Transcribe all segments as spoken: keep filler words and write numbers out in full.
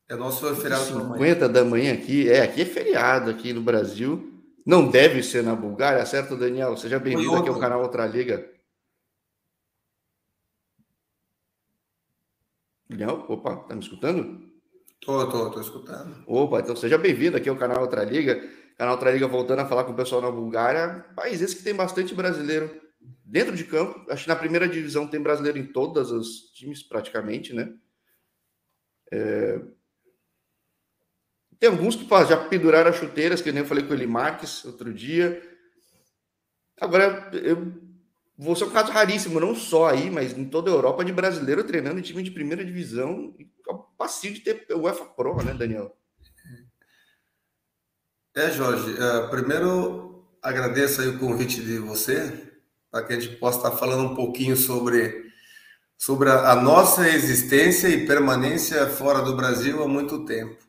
É o nosso feriado para amanhã. cinquenta da manhã aqui. É, aqui é feriado aqui no Brasil. Não deve ser na Bulgária, certo, Daniel? Seja Foi bem-vindo aqui ao ontem. canal Outra Liga. Daniel, opa, tá me escutando? Tô, tô, tô escutando. Opa, então seja bem-vindo aqui ao canal Outra Liga. Canal Outra Liga voltando a falar com o pessoal na Bulgária. País esse que tem bastante brasileiro dentro de campo. Acho que na primeira divisão tem brasileiro em todas os times, praticamente, né? Tem alguns que pá, já penduraram as chuteiras, que nem eu falei com o Eli Marques outro dia. Agora, eu vou ser um caso raríssimo, não só aí, mas em toda a Europa, de brasileiro treinando em time de primeira divisão. Passivo de ter o UEFA Pro, né, Daniel? É, Jorge, uh, primeiro agradeço aí o convite de você, para que a gente possa estar falando um pouquinho sobre, sobre a, a nossa existência e permanência fora do Brasil há muito tempo.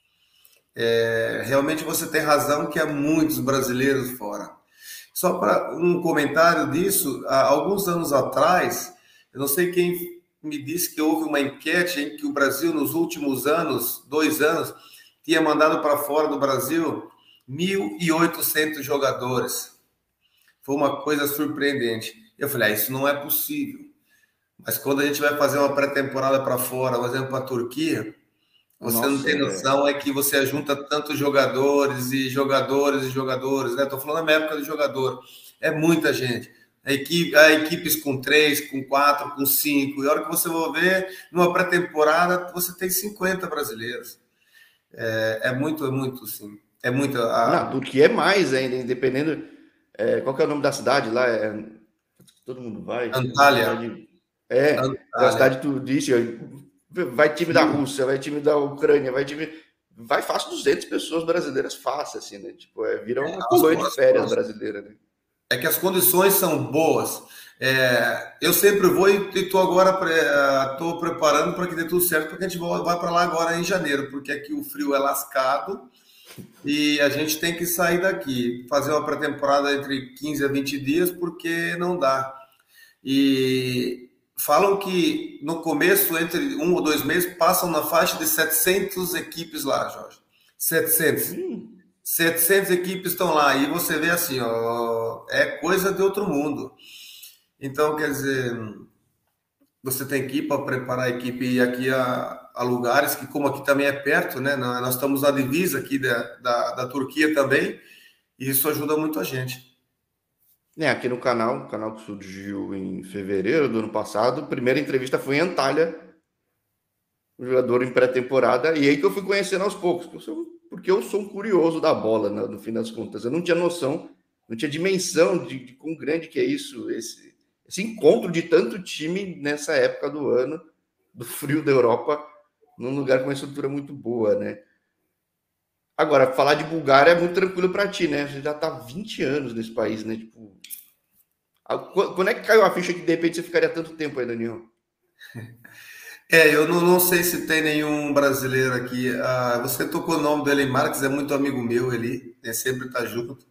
É, realmente você tem razão que há muitos brasileiros fora. Só para um comentário disso, há alguns anos atrás, eu não sei quem me disse que houve uma enquete em que o Brasil, nos últimos anos, dois anos, tinha mandado para fora do Brasil mil e oitocentos jogadores. Foi uma coisa surpreendente. Eu falei, ah, isso não é possível. Mas quando a gente vai fazer uma pré-temporada para fora, por exemplo, para a Turquia, você não Nossa, tem é. noção é que você junta tantos jogadores e jogadores e jogadores, né? Estou falando da minha época de jogador. É muita gente. A equipe, há equipes com três, com quatro, com cinco. E a hora que você vai ver, numa pré-temporada, você tem cinquenta brasileiros. É, é muito, é muito, sim. É muito. Na A... Turquia é mais ainda, dependendo. É, qual que é o nome da cidade lá? É, todo mundo vai. É uma Antália. cidade. É, é uma Antália. cidade turística. Vai time da Frio. Rússia, vai time da Ucrânia, vai time. Vai fácil duzentas pessoas brasileiras, fácil, assim, né? Tipo, é, vira uma As, colônia de férias as, brasileira, né? É que as condições são boas. É, eu sempre vou e estou agora estou preparando para que dê tudo certo, porque a gente vai para lá agora em janeiro, porque aqui o frio é lascado e a gente tem que sair daqui, fazer uma pré-temporada entre quinze a vinte dias, porque não dá. E falam que no começo, entre um ou dois meses, passam na faixa de setecentas equipes lá, Jorge. setecentas. Hum, setecentas equipes estão lá e você vê assim, ó, é coisa de outro mundo. Então, quer dizer, você tem que ir para preparar a equipe e ir aqui a, a lugares que, como aqui também é perto, né? Nós estamos na divisa aqui da, da, da Turquia também, e isso ajuda muito a gente. É, aqui no canal, o canal que surgiu em fevereiro do ano passado, a primeira entrevista foi em Antalya, um jogador em pré-temporada, e aí que eu fui conhecendo aos poucos, porque eu sou, porque eu sou um curioso da bola, né, no fim das contas. Eu não tinha noção, não tinha dimensão de, de quão grande que é isso, esse, esse encontro de tanto time nessa época do ano, do frio da Europa, num lugar com uma estrutura muito boa, né? Agora, falar de Bulgária é muito tranquilo para ti, né? Você já tá há vinte anos nesse país, né? Tipo, quando é que caiu a ficha que de repente você ficaria tanto tempo aí, Daniel? É, eu não, não sei se tem nenhum brasileiro aqui. Ah, você tocou o nome do Eli Marques, é muito amigo meu, ele, ele sempre está junto.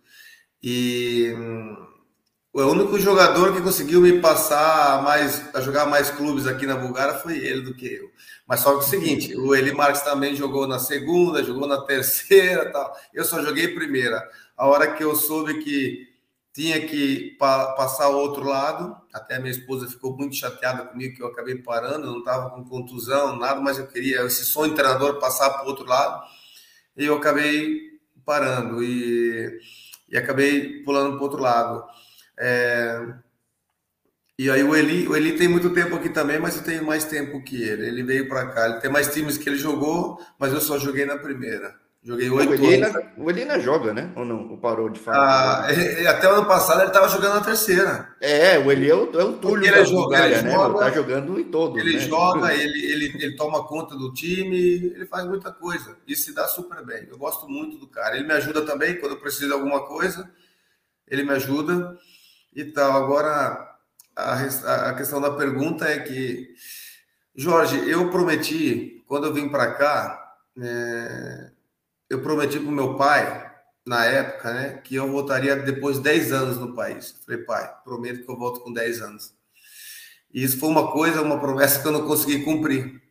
E hum, o único jogador que conseguiu me passar mais, a jogar mais clubes aqui na Bulgária foi ele do que eu. Mas só que é o seguinte, o Eli Marques também jogou na segunda, jogou na terceira, tal. Eu só joguei primeira. A hora que eu soube que tinha que pa passar ao outro lado, até minha esposa ficou muito chateada comigo que eu acabei parando, eu não estava com contusão, nada, mas eu queria esse sonho de treinador passar para o outro lado, e eu acabei parando e, e acabei pulando para o outro lado. É, e aí o Eli, o Eli tem muito tempo aqui também, mas eu tenho mais tempo que ele. Ele veio para cá, ele tem mais times que ele jogou, mas eu só joguei na primeira. Joguei Não, o oito Eli anos. ainda, o Eli ainda joga, né? Ou não? Ou parou de fato Ah, agora? até o ano passado ele estava jogando na terceira. É, o Eli é o, é o Porque Túlio ele, da joga, ele Bulgária, né, meu? Tá joga, jogando em todos, ele né? Tipo, joga, ele, ele, ele toma conta do time, ele faz muita coisa. E se dá super bem. Eu gosto muito do cara. Ele me ajuda também quando eu preciso de alguma coisa. Ele me ajuda e tal. Agora, a, a questão da pergunta é que, Jorge, eu prometi, quando eu vim para cá, é, eu prometi para o meu pai, na época, né, que eu voltaria depois de dez anos no país. Falei, pai, prometo que eu volto com dez anos. E isso foi uma coisa, uma promessa que eu não consegui cumprir.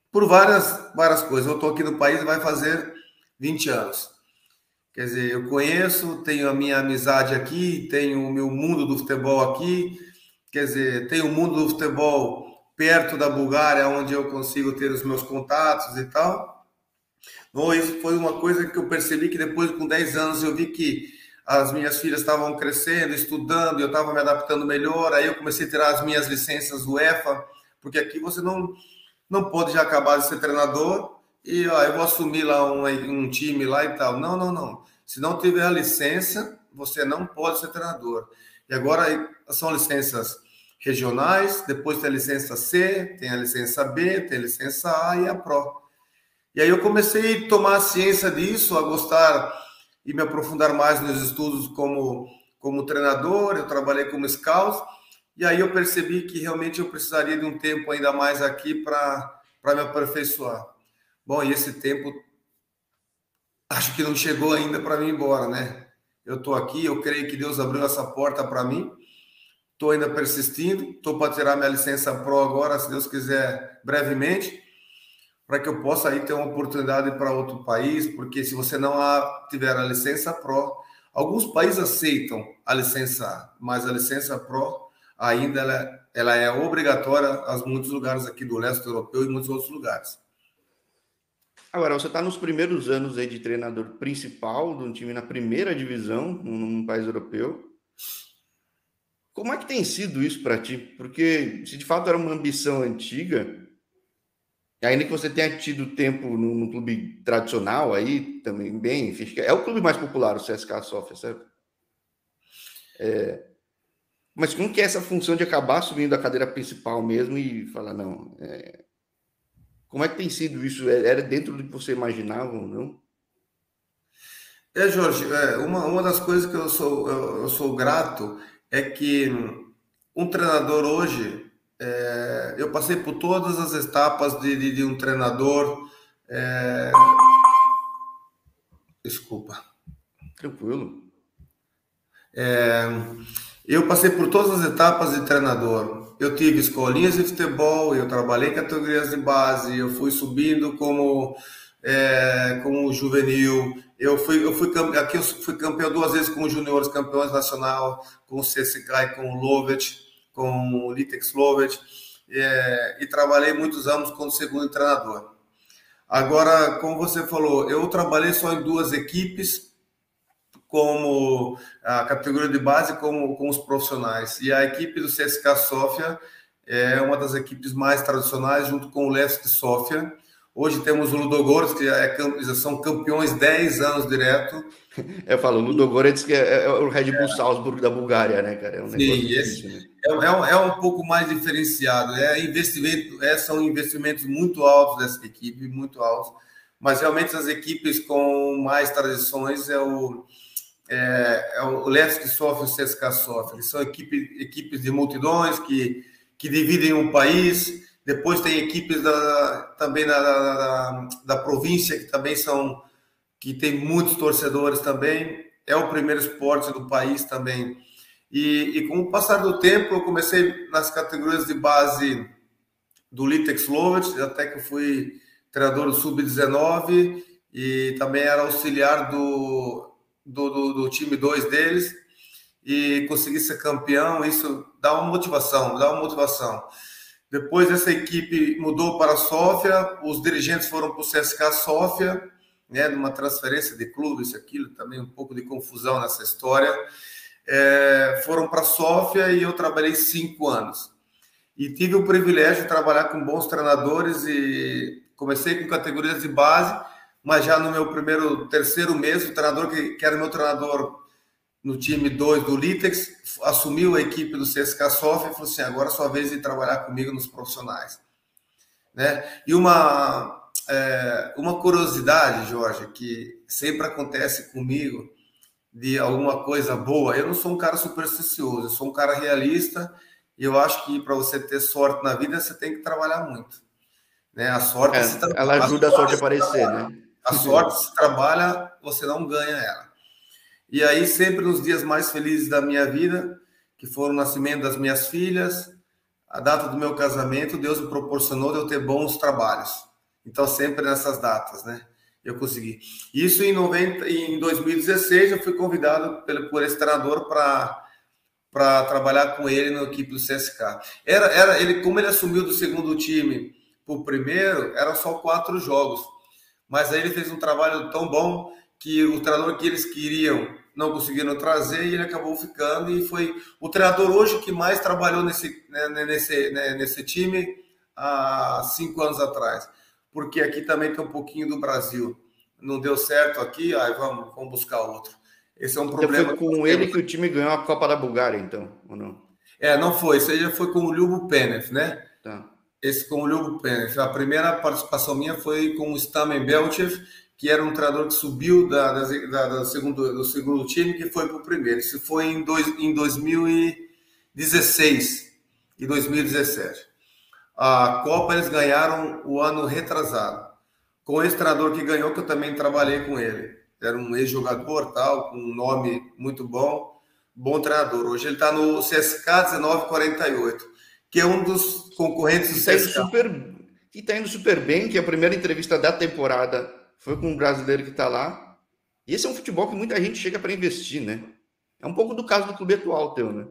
por várias, várias coisas. Eu estou aqui no país vai fazer vinte anos. Quer dizer, eu conheço, tenho a minha amizade aqui, tenho o meu mundo do futebol aqui, quer dizer, tenho o mundo do futebol perto da Bulgária, onde eu consigo ter os meus contatos e tal. Bom, isso foi uma coisa que eu percebi que depois, com dez anos, eu vi que as minhas filhas estavam crescendo, estudando, eu estava me adaptando melhor, aí eu comecei a tirar as minhas licenças do UEFA, porque aqui você não, não pode já acabar de ser treinador e ó, eu vou assumir lá um, um time lá e tal. Não, não, não. Se não tiver a licença, você não pode ser treinador. E agora são licenças regionais, depois tem a licença C, tem a licença B, tem a licença A e a Pro. E aí eu comecei a tomar ciência disso, a gostar e me aprofundar mais nos estudos como, como treinador. Eu trabalhei como scout, e aí eu percebi que realmente eu precisaria de um tempo ainda mais aqui para me aperfeiçoar. Bom, e esse tempo acho que não chegou ainda para mim ir embora, né? Eu estou aqui, eu creio que Deus abriu essa porta para mim. Estou ainda persistindo, estou para tirar minha licença Pro agora, se Deus quiser, brevemente, para que eu possa aí ter uma oportunidade para outro país, porque se você não tiver a licença Pro, alguns países aceitam a licença A, mas a licença Pro ainda ela, ela é obrigatória em muitos lugares aqui do leste europeu e muitos outros lugares. Agora, você está nos primeiros anos aí de treinador principal de um time na primeira divisão, num país europeu. Como é que tem sido isso para ti? Porque se de fato era uma ambição antiga, ainda que você tenha tido tempo no, no clube tradicional aí, também bem, é o clube mais popular, o C S K A Sofia, certo? É, mas como que é essa função de acabar assumindo a cadeira principal mesmo e falar, não, é, como é que tem sido isso? Era dentro do que você imaginava ou não? É, Jorge, é, uma, uma das coisas que eu sou, eu, eu sou grato é que um treinador hoje, é, eu passei por todas as etapas de, de, de um treinador. É... Desculpa. Tranquilo. É, eu passei por todas as etapas de treinador. Eu tive escolinhas de futebol, eu trabalhei em categorias de base, eu fui subindo como, é, como juvenil. Eu fui, eu fui aqui eu fui campeão duas vezes com os juniores, campeões nacional, com o C S K A e com o Lovech, com o Litex Lovech, é, e trabalhei muitos anos como segundo treinador. Agora, como você falou, eu trabalhei só em duas equipes, como a categoria de base, como com os profissionais. E a equipe do C S K A Sofia é uma das equipes mais tradicionais, junto com o Levski Sofia. Hoje temos o Ludogorets, que é, são campeões dez anos direto. Eu falo, o Ludogorets que é, é o Red Bull é. Salzburg da Bulgária, né, cara? É um Sim, negócio esse difícil, né? é, é, um, é um pouco mais diferenciado. É investimento, é, são investimentos muito altos dessa equipe, muito altos. Mas realmente as equipes com mais tradições é o É, é o Levski Sofia e o C S K A Sofia. Eles são equipe, equipes de multidões que, que dividem um país. Depois tem equipes da, também da, da, da província que também são que tem muitos torcedores também. É o primeiro esporte do país também. E, e com o passar do tempo, eu comecei nas categorias de base do Litex Lovech, até que eu fui treinador do sub dezenove e também era auxiliar do Do, do, do time dois deles e conseguir ser campeão. Isso dá uma motivação, dá uma motivação. Depois essa equipe mudou para a Sofia, os dirigentes foram para o C S K A Sofia, né, numa transferência de clube, isso, aquilo, também um pouco de confusão nessa história. É, foram para a Sofia e eu trabalhei cinco anos. E tive o privilégio de trabalhar com bons treinadores e comecei com categorias de base, mas já no meu primeiro, terceiro mês, o treinador que, que era meu treinador no time dois do Litex, assumiu a equipe do C S K A Sofia e falou assim, agora é sua vez de trabalhar comigo nos profissionais. Né? E uma, é, uma curiosidade, Jorge, que sempre acontece comigo, de alguma coisa boa, eu não sou um cara supersticioso, eu sou um cara realista, e eu acho que para você ter sorte na vida, você tem que trabalhar muito. Né? A sorte é, se ela ajuda a sorte a aparecer, né? A sorte se trabalha, você não ganha ela. E aí, sempre nos dias mais felizes da minha vida, que foram o nascimento das minhas filhas, a data do meu casamento, Deus me proporcionou de eu ter bons trabalhos. Então, sempre nessas datas, né? Eu consegui. Isso em, noventa, em dois mil e dezesseis, eu fui convidado pelo, por esse treinador para para trabalhar com ele na equipe do C S K. Era, era ele, como ele assumiu do segundo time para o primeiro, eram só quatro jogos. Mas aí ele fez um trabalho tão bom que o treinador que eles queriam não conseguiram trazer e ele acabou ficando e foi o treinador hoje que mais trabalhou nesse, né, nesse, né, nesse time há cinco anos atrás. Porque aqui também tem um pouquinho do Brasil. Não deu certo aqui, aí vamos, vamos buscar outro. Esse é um Então problema. foi com ele que o time ganhou a Copa da Bulgária, então, ou não? É, não foi. Isso aí já foi com o Ljubo Penev, né? Tá. Esse com o Ljubo Penev. A primeira participação minha foi com o Stamen Belchev, que era um treinador que subiu da, da, da, da segundo, do segundo time, que foi para o primeiro. Isso foi em, dois, em dois mil e dezesseis e dois mil e dezessete. A Copa eles ganharam o ano retrasado. Com esse treinador que ganhou, que eu também trabalhei com ele. Era um ex-jogador, tal, com um nome muito bom, bom treinador. Hoje ele está no C S K dezenove quarenta e oito, que é um dos concorrentes do E está indo C S K. super, e tá indo super bem, que a primeira entrevista da temporada foi com um brasileiro que está lá. E esse é um futebol que muita gente chega para investir, né? É um pouco do caso do clube atual teu, né?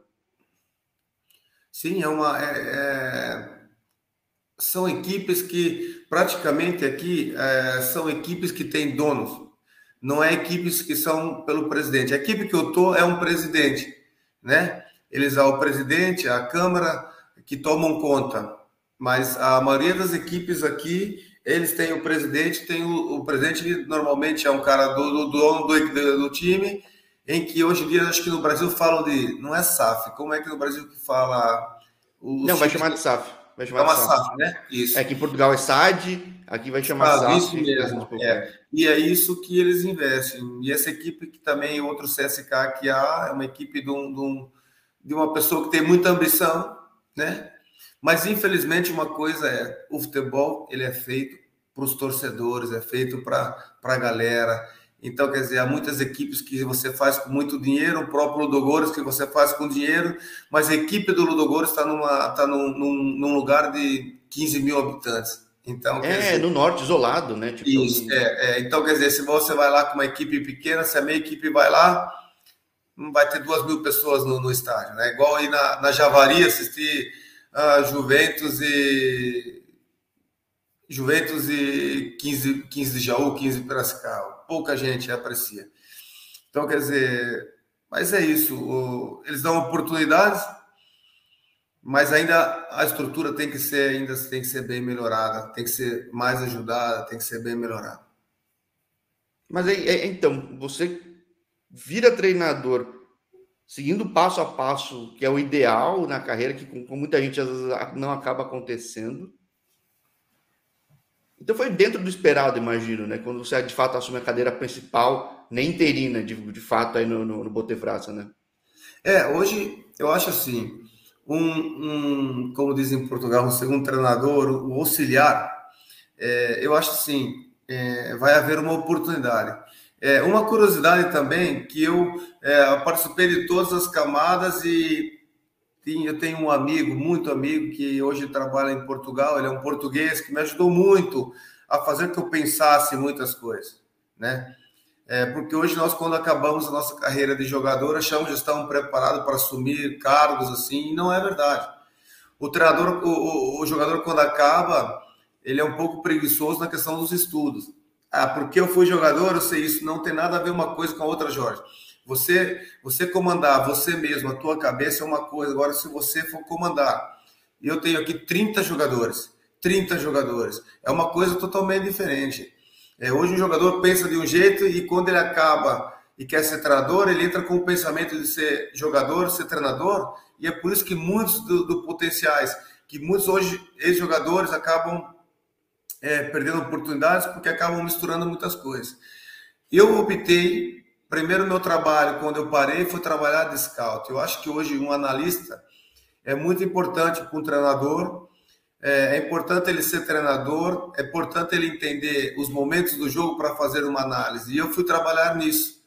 Sim, é uma... É, é... São equipes que, praticamente aqui, é, são equipes que têm donos. Não é equipes que são pelo presidente. A equipe que eu tô é um presidente, né? Eles há o presidente, a Câmara, que tomam conta. Mas a maioria das equipes aqui, eles têm o presidente, tem o, o presidente normalmente é um cara do, do dono do, do, do time, em que hoje em dia, acho que no Brasil falam de... Não é S A F, como é que no Brasil que fala... Os Não, vai times chamar de S A F. Vai é chamar de uma S A F. S A F, né? Isso. É que em Portugal é S A D, aqui vai chamar Ah, S A F. isso mesmo. É. E é isso que eles investem. E essa equipe que também, outro C S K que há, é uma equipe de, um, de, um, de uma pessoa que tem muita ambição, né? Mas, infelizmente, uma coisa é, o futebol, ele é feito para os torcedores, é feito para a galera. Então, quer dizer, há muitas equipes que você faz com muito dinheiro, o próprio Ludogorets que você faz com dinheiro, mas a equipe do Ludogorets está numa, tá num, num, num lugar de quinze mil habitantes. Então, quer É, dizer, no norte, isolado, né? Tipo, isso, é, é, então, quer dizer, se você vai lá com uma equipe pequena, se a meia equipe vai lá, não vai ter duas mil pessoas no, no estádio, né? Igual aí na, na Javari assistir uh, Juventus e Juventus e quinze, quinze de Jaú, quinze de Piracicaba. Pouca gente aprecia. Então, quer dizer, mas é isso. O, eles dão oportunidades, mas ainda a estrutura tem que ser ainda tem que ser bem melhorada, tem que ser mais ajudada, tem que ser bem melhorada. Mas aí, é, então, você vira treinador seguindo passo a passo, que é o ideal na carreira, que com, com muita gente às vezes não acaba acontecendo. Então foi dentro do esperado, imagino, né? Quando você de fato assume a cadeira principal, nem interina, de, de fato, aí no, no, no Botefraça, né? É, hoje eu acho assim, um, um como dizem em Portugal, um segundo treinador, o auxiliar, é, eu acho assim, é, vai haver uma oportunidade. É, uma curiosidade também, que eu é, participei de todas as camadas e eu tenho um amigo, muito amigo, que hoje trabalha em Portugal, ele é um português que me ajudou muito a fazer que eu pensasse muitas coisas, né? É, porque hoje nós, quando acabamos a nossa carreira de jogador, achamos que estamos preparados para assumir cargos assim, e não é verdade. O treinador, o, o, o jogador, quando acaba, ele é um pouco preguiçoso na questão dos estudos. Ah, porque eu fui jogador, eu sei isso. Não tem nada a ver uma coisa com a outra, Jorge. Você, você comandar você mesmo, a tua cabeça é uma coisa. Agora, se você for comandar, eu tenho aqui trinta jogadores, trinta jogadores, é uma coisa totalmente diferente. É, hoje um jogador pensa de um jeito e quando ele acaba e quer ser treinador, ele entra com o pensamento de ser jogador, ser treinador, e é por isso que muitos dos do potenciais, que muitos hoje ex-jogadores acabam é, perdendo oportunidades porque acabam misturando muitas coisas. Eu optei, primeiro meu trabalho, quando eu parei, foi trabalhar de scout. Eu acho que hoje um analista é muito importante para um treinador. É importante ele ser treinador, é importante ele entender os momentos do jogo para fazer uma análise. E eu fui trabalhar nisso.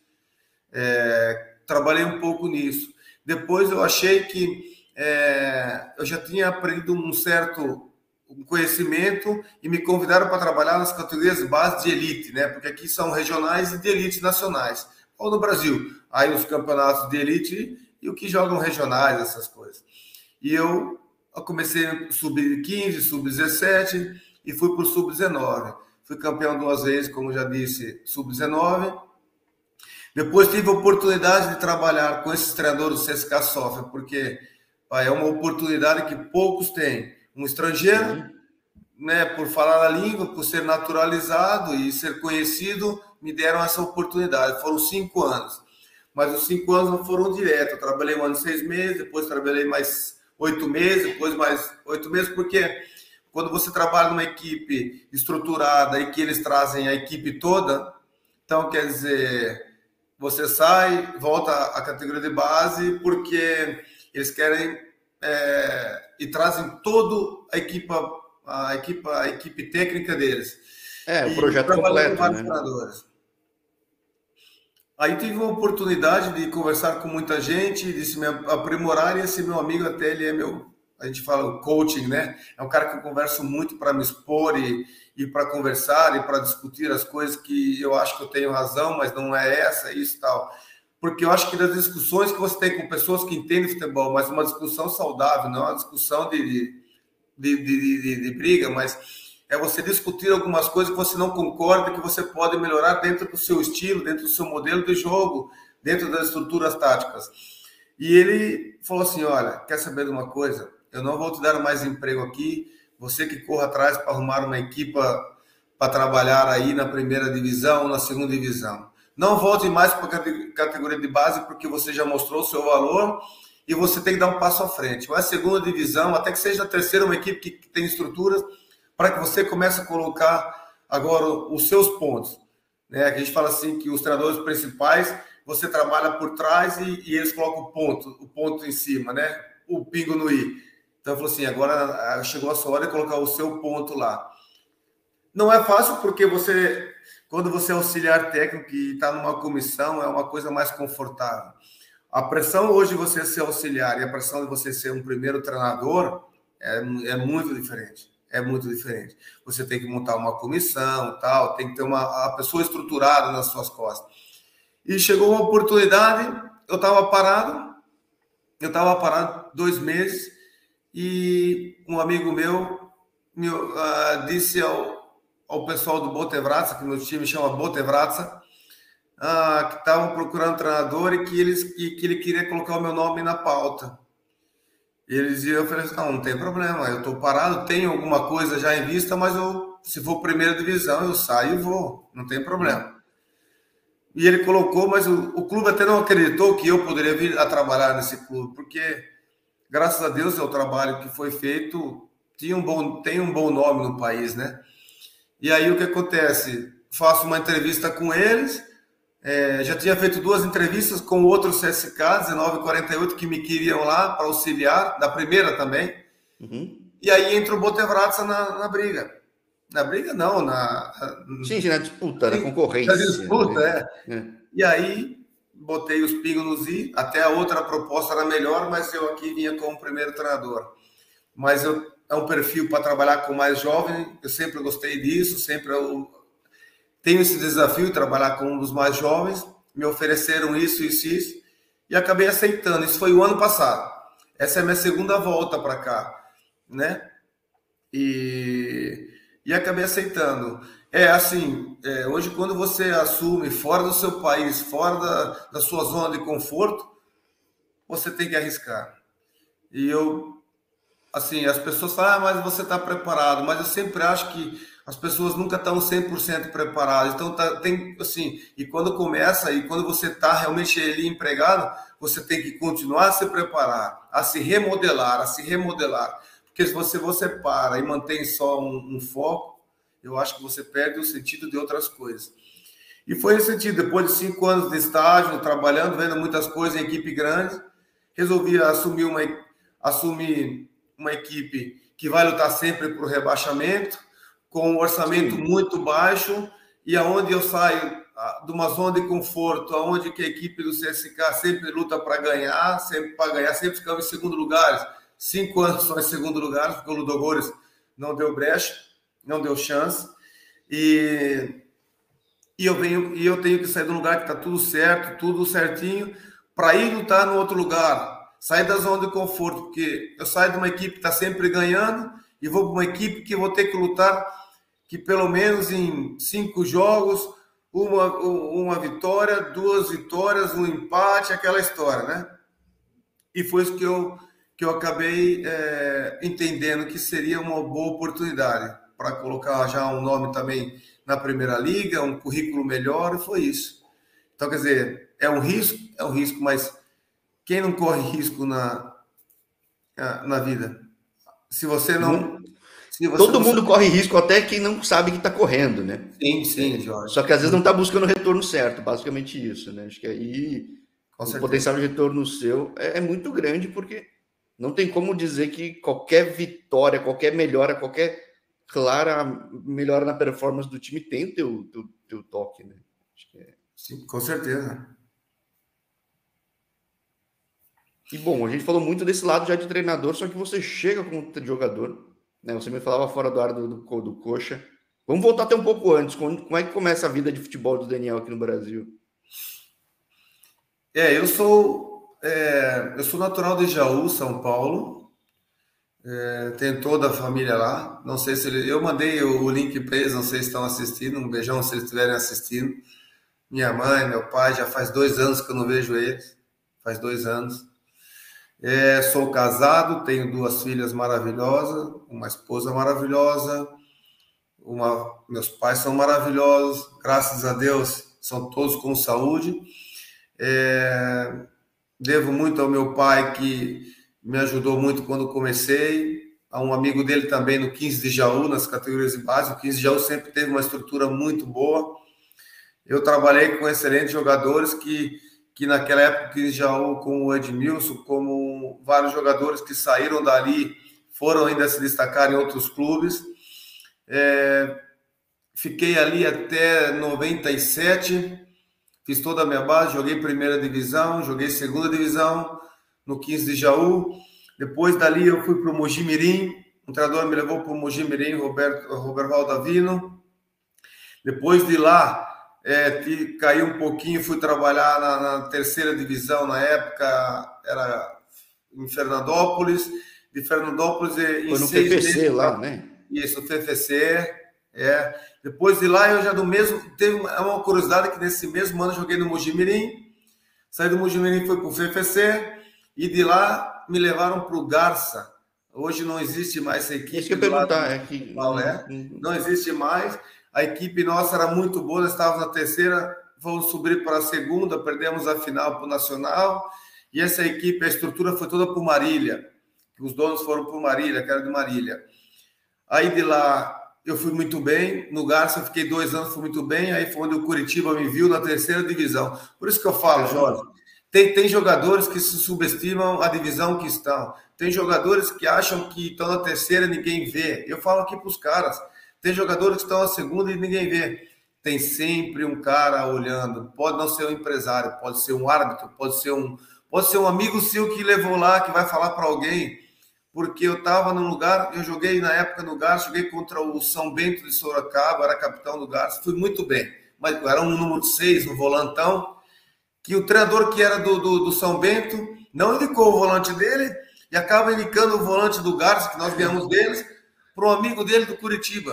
É, trabalhei um pouco nisso. Depois eu achei que é, eu já tinha aprendido um certo, um conhecimento e me convidaram para trabalhar nas categorias de base de elite, né? Porque aqui são regionais e de elite nacionais, ou no Brasil. Aí os campeonatos de elite e o que jogam regionais, essas coisas. E eu, eu comecei sub quinze, sub dezessete e fui para o sub dezenove. Fui campeão duas vezes, como já disse, sub dezenove. Depois tive a oportunidade de trabalhar com esses treinadores do C S K A Sofia, porque ah, é uma oportunidade que poucos têm. Um estrangeiro, né, por falar a língua, por ser naturalizado e ser conhecido, me deram essa oportunidade. Foram cinco anos. Mas os cinco anos não foram direto. Eu trabalhei um ano e seis meses, depois trabalhei mais oito meses, depois mais oito meses, porque quando você trabalha numa equipe estruturada e que eles trazem a equipe toda, então, quer dizer, você sai, volta à categoria de base, porque eles querem é, e trazem toda a equipe, a equipe, a equipe técnica deles. É, o projeto completo, né? Aí tive uma oportunidade de conversar com muita gente, de se me aprimorar, e esse meu amigo até ele é meu, a gente fala o coaching, né? É um cara que eu converso muito para me expor e, e para conversar e para discutir as coisas que eu acho que eu tenho razão, mas não é essa, isso e tal. Porque eu acho que das discussões que você tem com pessoas que entendem futebol, mas uma discussão saudável, não é uma discussão de, de, de, de, de briga, mas é você discutir algumas coisas que você não concorda, que você pode melhorar dentro do seu estilo, dentro do seu modelo de jogo, dentro das estruturas táticas. E ele falou assim, olha, quer saber de uma coisa? Eu não vou te dar mais emprego aqui, você que corra atrás para arrumar uma equipe para trabalhar aí na primeira divisão, na segunda divisão. Não volte mais para a categoria de base, porque você já mostrou o seu valor e você tem que dar um passo à frente. Vai a segunda divisão, até que seja a terceira, uma equipe que tem estruturas, para que você comece a colocar agora os seus pontos. Né? A gente fala assim que os treinadores principais, você trabalha por trás e, e eles colocam o ponto, o ponto em cima, né? O pingo no i. Então, falou assim, agora chegou a sua hora de colocar o seu ponto lá. Não é fácil porque você, quando você é auxiliar técnico e está numa comissão, é uma coisa mais confortável. A pressão hoje de você ser auxiliar e a pressão de você ser um primeiro treinador é, é muito diferente. É muito diferente. Você tem que montar uma comissão, tal, tem que ter uma a pessoa estruturada nas suas costas. E chegou uma oportunidade, eu estava parado, eu estava parado dois meses e um amigo meu me, uh, disse ao, ao pessoal do Botevratsa, que meu time chama Botevratsa, uh, que estavam procurando treinador e que, eles, que, que ele queria colocar o meu nome na pauta. E eles iam, eu falei assim, não, não tem problema, eu estou parado, tenho alguma coisa já em vista, mas eu, se for primeira divisão, eu saio e vou, não tem problema. E ele colocou, mas o, o clube até não acreditou que eu poderia vir a trabalhar nesse clube, porque, graças a Deus, é o trabalho que foi feito, tinha um bom, tem um bom nome no país, né? E aí o que acontece? Faço uma entrevista com eles, É, já tinha feito duas entrevistas com outro C S K, dezenove e quarenta e oito, que me queriam lá para auxiliar, da primeira também. Uhum. E aí entra o Botevratsa na, na briga. Na briga, não, na... Sim, na disputa, na concorrência. Na disputa, é. é. E aí, botei os pingos nos i, até a outra proposta era melhor, mas eu aqui vinha como primeiro treinador. Mas eu, é um perfil para trabalhar com mais jovem, eu sempre gostei disso, sempre... Eu, tenho esse desafio de trabalhar com um dos mais jovens, me ofereceram isso, isso, isso, e acabei aceitando. Isso foi o ano passado. Essa é a minha segunda volta para cá, né? E, e acabei aceitando. É assim, é, hoje quando você assume fora do seu país, fora da, da sua zona de conforto, você tem que arriscar. E eu, assim, as pessoas falam, ah, mas você está preparado, mas eu sempre acho que as pessoas nunca estão cem por cento preparadas. Então, tá, tem, assim, e quando começa, e quando você está realmente ali empregado, você tem que continuar a se preparar, a se remodelar, a se remodelar. Porque se você, você para e mantém só um, um foco, eu acho que você perde o sentido de outras coisas. E foi nesse sentido, depois de cinco anos de estágio, trabalhando, vendo muitas coisas em equipe grande, resolvi assumir uma, assumir uma equipe que vai lutar sempre por rebaixamento, com um orçamento Sim. muito baixo, e aonde eu saio de uma zona de conforto, aonde que a equipe do C S K sempre luta para ganhar, sempre para ganhar, sempre ficamos em segundo lugar, cinco anos só em segundo lugar, porque o Ludogorets não deu brecha, não deu chance. E, e, eu, venho, e eu tenho que sair do lugar que está tudo certo, tudo certinho, para ir lutar no outro lugar. Sair da zona de conforto, porque eu saio de uma equipe que está sempre ganhando e vou para uma equipe que vou ter que lutar, que pelo menos em cinco jogos, uma, uma vitória, duas vitórias, um empate, aquela história, né? E foi isso que eu, que eu acabei é, entendendo que seria uma boa oportunidade para colocar já um nome também na Primeira Liga, um currículo melhor, e foi isso. Então, quer dizer, é um risco, é um risco, mas quem não corre risco na, na vida? Se você não... Se você, Todo você... mundo corre risco, até quem não sabe que está correndo, né? Sim, sim, Jorge. Só que às vezes não está buscando o retorno certo, basicamente isso, né? Acho que aí Com o certeza. Potencial de retorno seu é, é muito grande, porque não tem como dizer que qualquer vitória, qualquer melhora, qualquer clara melhora na performance do time tem o teu, teu, teu toque, né? Acho que é... Sim, com certeza. E bom, a gente falou muito desse lado já de treinador, só que você chega como jogador, né? Você me falava fora do ar do, do, do Coxa. Vamos voltar até um pouco antes. Como, como é que começa a vida de futebol do Daniel aqui no Brasil? É, eu sou é, eu sou natural de Jaú, São Paulo. É, tenho toda a família lá. Não sei se ele, eu mandei o, o link para eles, não sei se estão assistindo. Um beijão se eles estiverem assistindo. Minha mãe, meu pai, já faz dois anos que eu não vejo eles. Faz dois anos. É, sou casado, tenho duas filhas maravilhosas, uma esposa maravilhosa, uma, meus pais são maravilhosos, graças a Deus, são todos com saúde. É, devo muito ao meu pai, que me ajudou muito quando comecei, a um amigo dele também no quinze de Jaú, nas categorias de base. O quinze de Jaú sempre teve uma estrutura muito boa. Eu trabalhei com excelentes jogadores que que naquela época que Jaú, com o Edmilson, como vários jogadores que saíram dali, foram ainda se destacar em outros clubes. É, fiquei ali até noventa e sete, fiz toda a minha base, joguei primeira divisão, joguei segunda divisão no quinze de Jaú. Depois dali eu fui para o Mojimirim, um treinador me levou para o Mojimirim, Roberto, Roberto Valdavino. Depois de lá, É, caí um pouquinho, fui trabalhar na, na terceira divisão, na época era em Fernandópolis, de Fernandópolis em Foi no seis P F C meses, lá, né? Isso, P F C, é. Depois de lá eu já do mesmo, teve uma curiosidade que nesse mesmo ano eu joguei no Mojimirim, saí do Mojimirim, fui para o P F C, e de lá me levaram para o Garça. Hoje não existe mais essa equipe. Isso que eu ia perguntar, é que... Não, é, não existe mais. A equipe nossa era muito boa, nós estávamos na terceira, vamos subir para a segunda, perdemos a final para o Nacional, e essa equipe, a estrutura foi toda para o Marília, os donos foram para o Marília, que era de Marília. Aí de lá eu fui muito bem, no Garça eu fiquei dois anos, fui muito bem, aí foi onde o Curitiba me viu na terceira divisão. Por isso que eu falo, Jorge, tem, tem jogadores que se subestimam a divisão que estão, tem jogadores que acham que estão na terceira e ninguém vê. Eu falo aqui para os caras, tem jogadores que estão na segunda e ninguém vê. Tem sempre um cara olhando. Pode não ser um empresário, pode ser um árbitro, pode ser um, pode ser um amigo seu que levou lá, que vai falar para alguém. Porque eu estava num lugar, eu joguei na época no Garça, joguei contra o São Bento de Sorocaba, era capitão do Garça, fui muito bem. Mas era um número seis, um volantão, que o treinador que era do, do, do São Bento não indicou o volante dele e acaba indicando o volante do Garça, que nós ganhamos deles, para um amigo dele do Curitiba.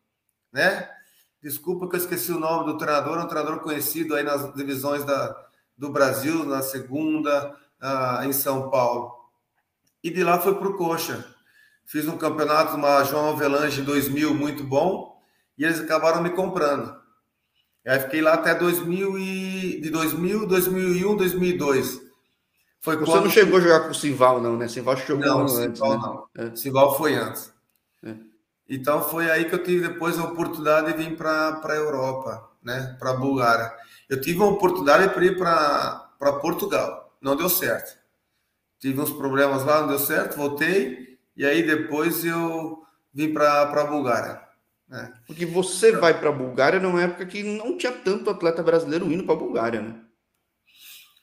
Né? Desculpa que eu esqueci o nome do treinador, é um treinador conhecido aí nas divisões da, do Brasil, na segunda, uh, em São Paulo. E de lá foi para o Coxa. Fiz um campeonato, uma João Avelange em dois mil, muito bom, e eles acabaram me comprando. Aí fiquei lá até dois mil e, de dois mil, dois mil e um, dois mil e dois. Foi Você quando... não chegou a jogar com o Simval, não, né? Simval jogou não, um ano Simval, antes, né? Não, É. Simval foi antes. É. Então foi aí que eu tive depois a oportunidade de vir para a Europa, né? Para a Bulgária. Eu tive uma oportunidade para ir para Portugal, não deu certo. Tive uns problemas lá, não deu certo, voltei, e aí depois eu vim para a Bulgária. Né? Porque você vai para a Bulgária numa época que não tinha tanto atleta brasileiro indo para a Bulgária, né?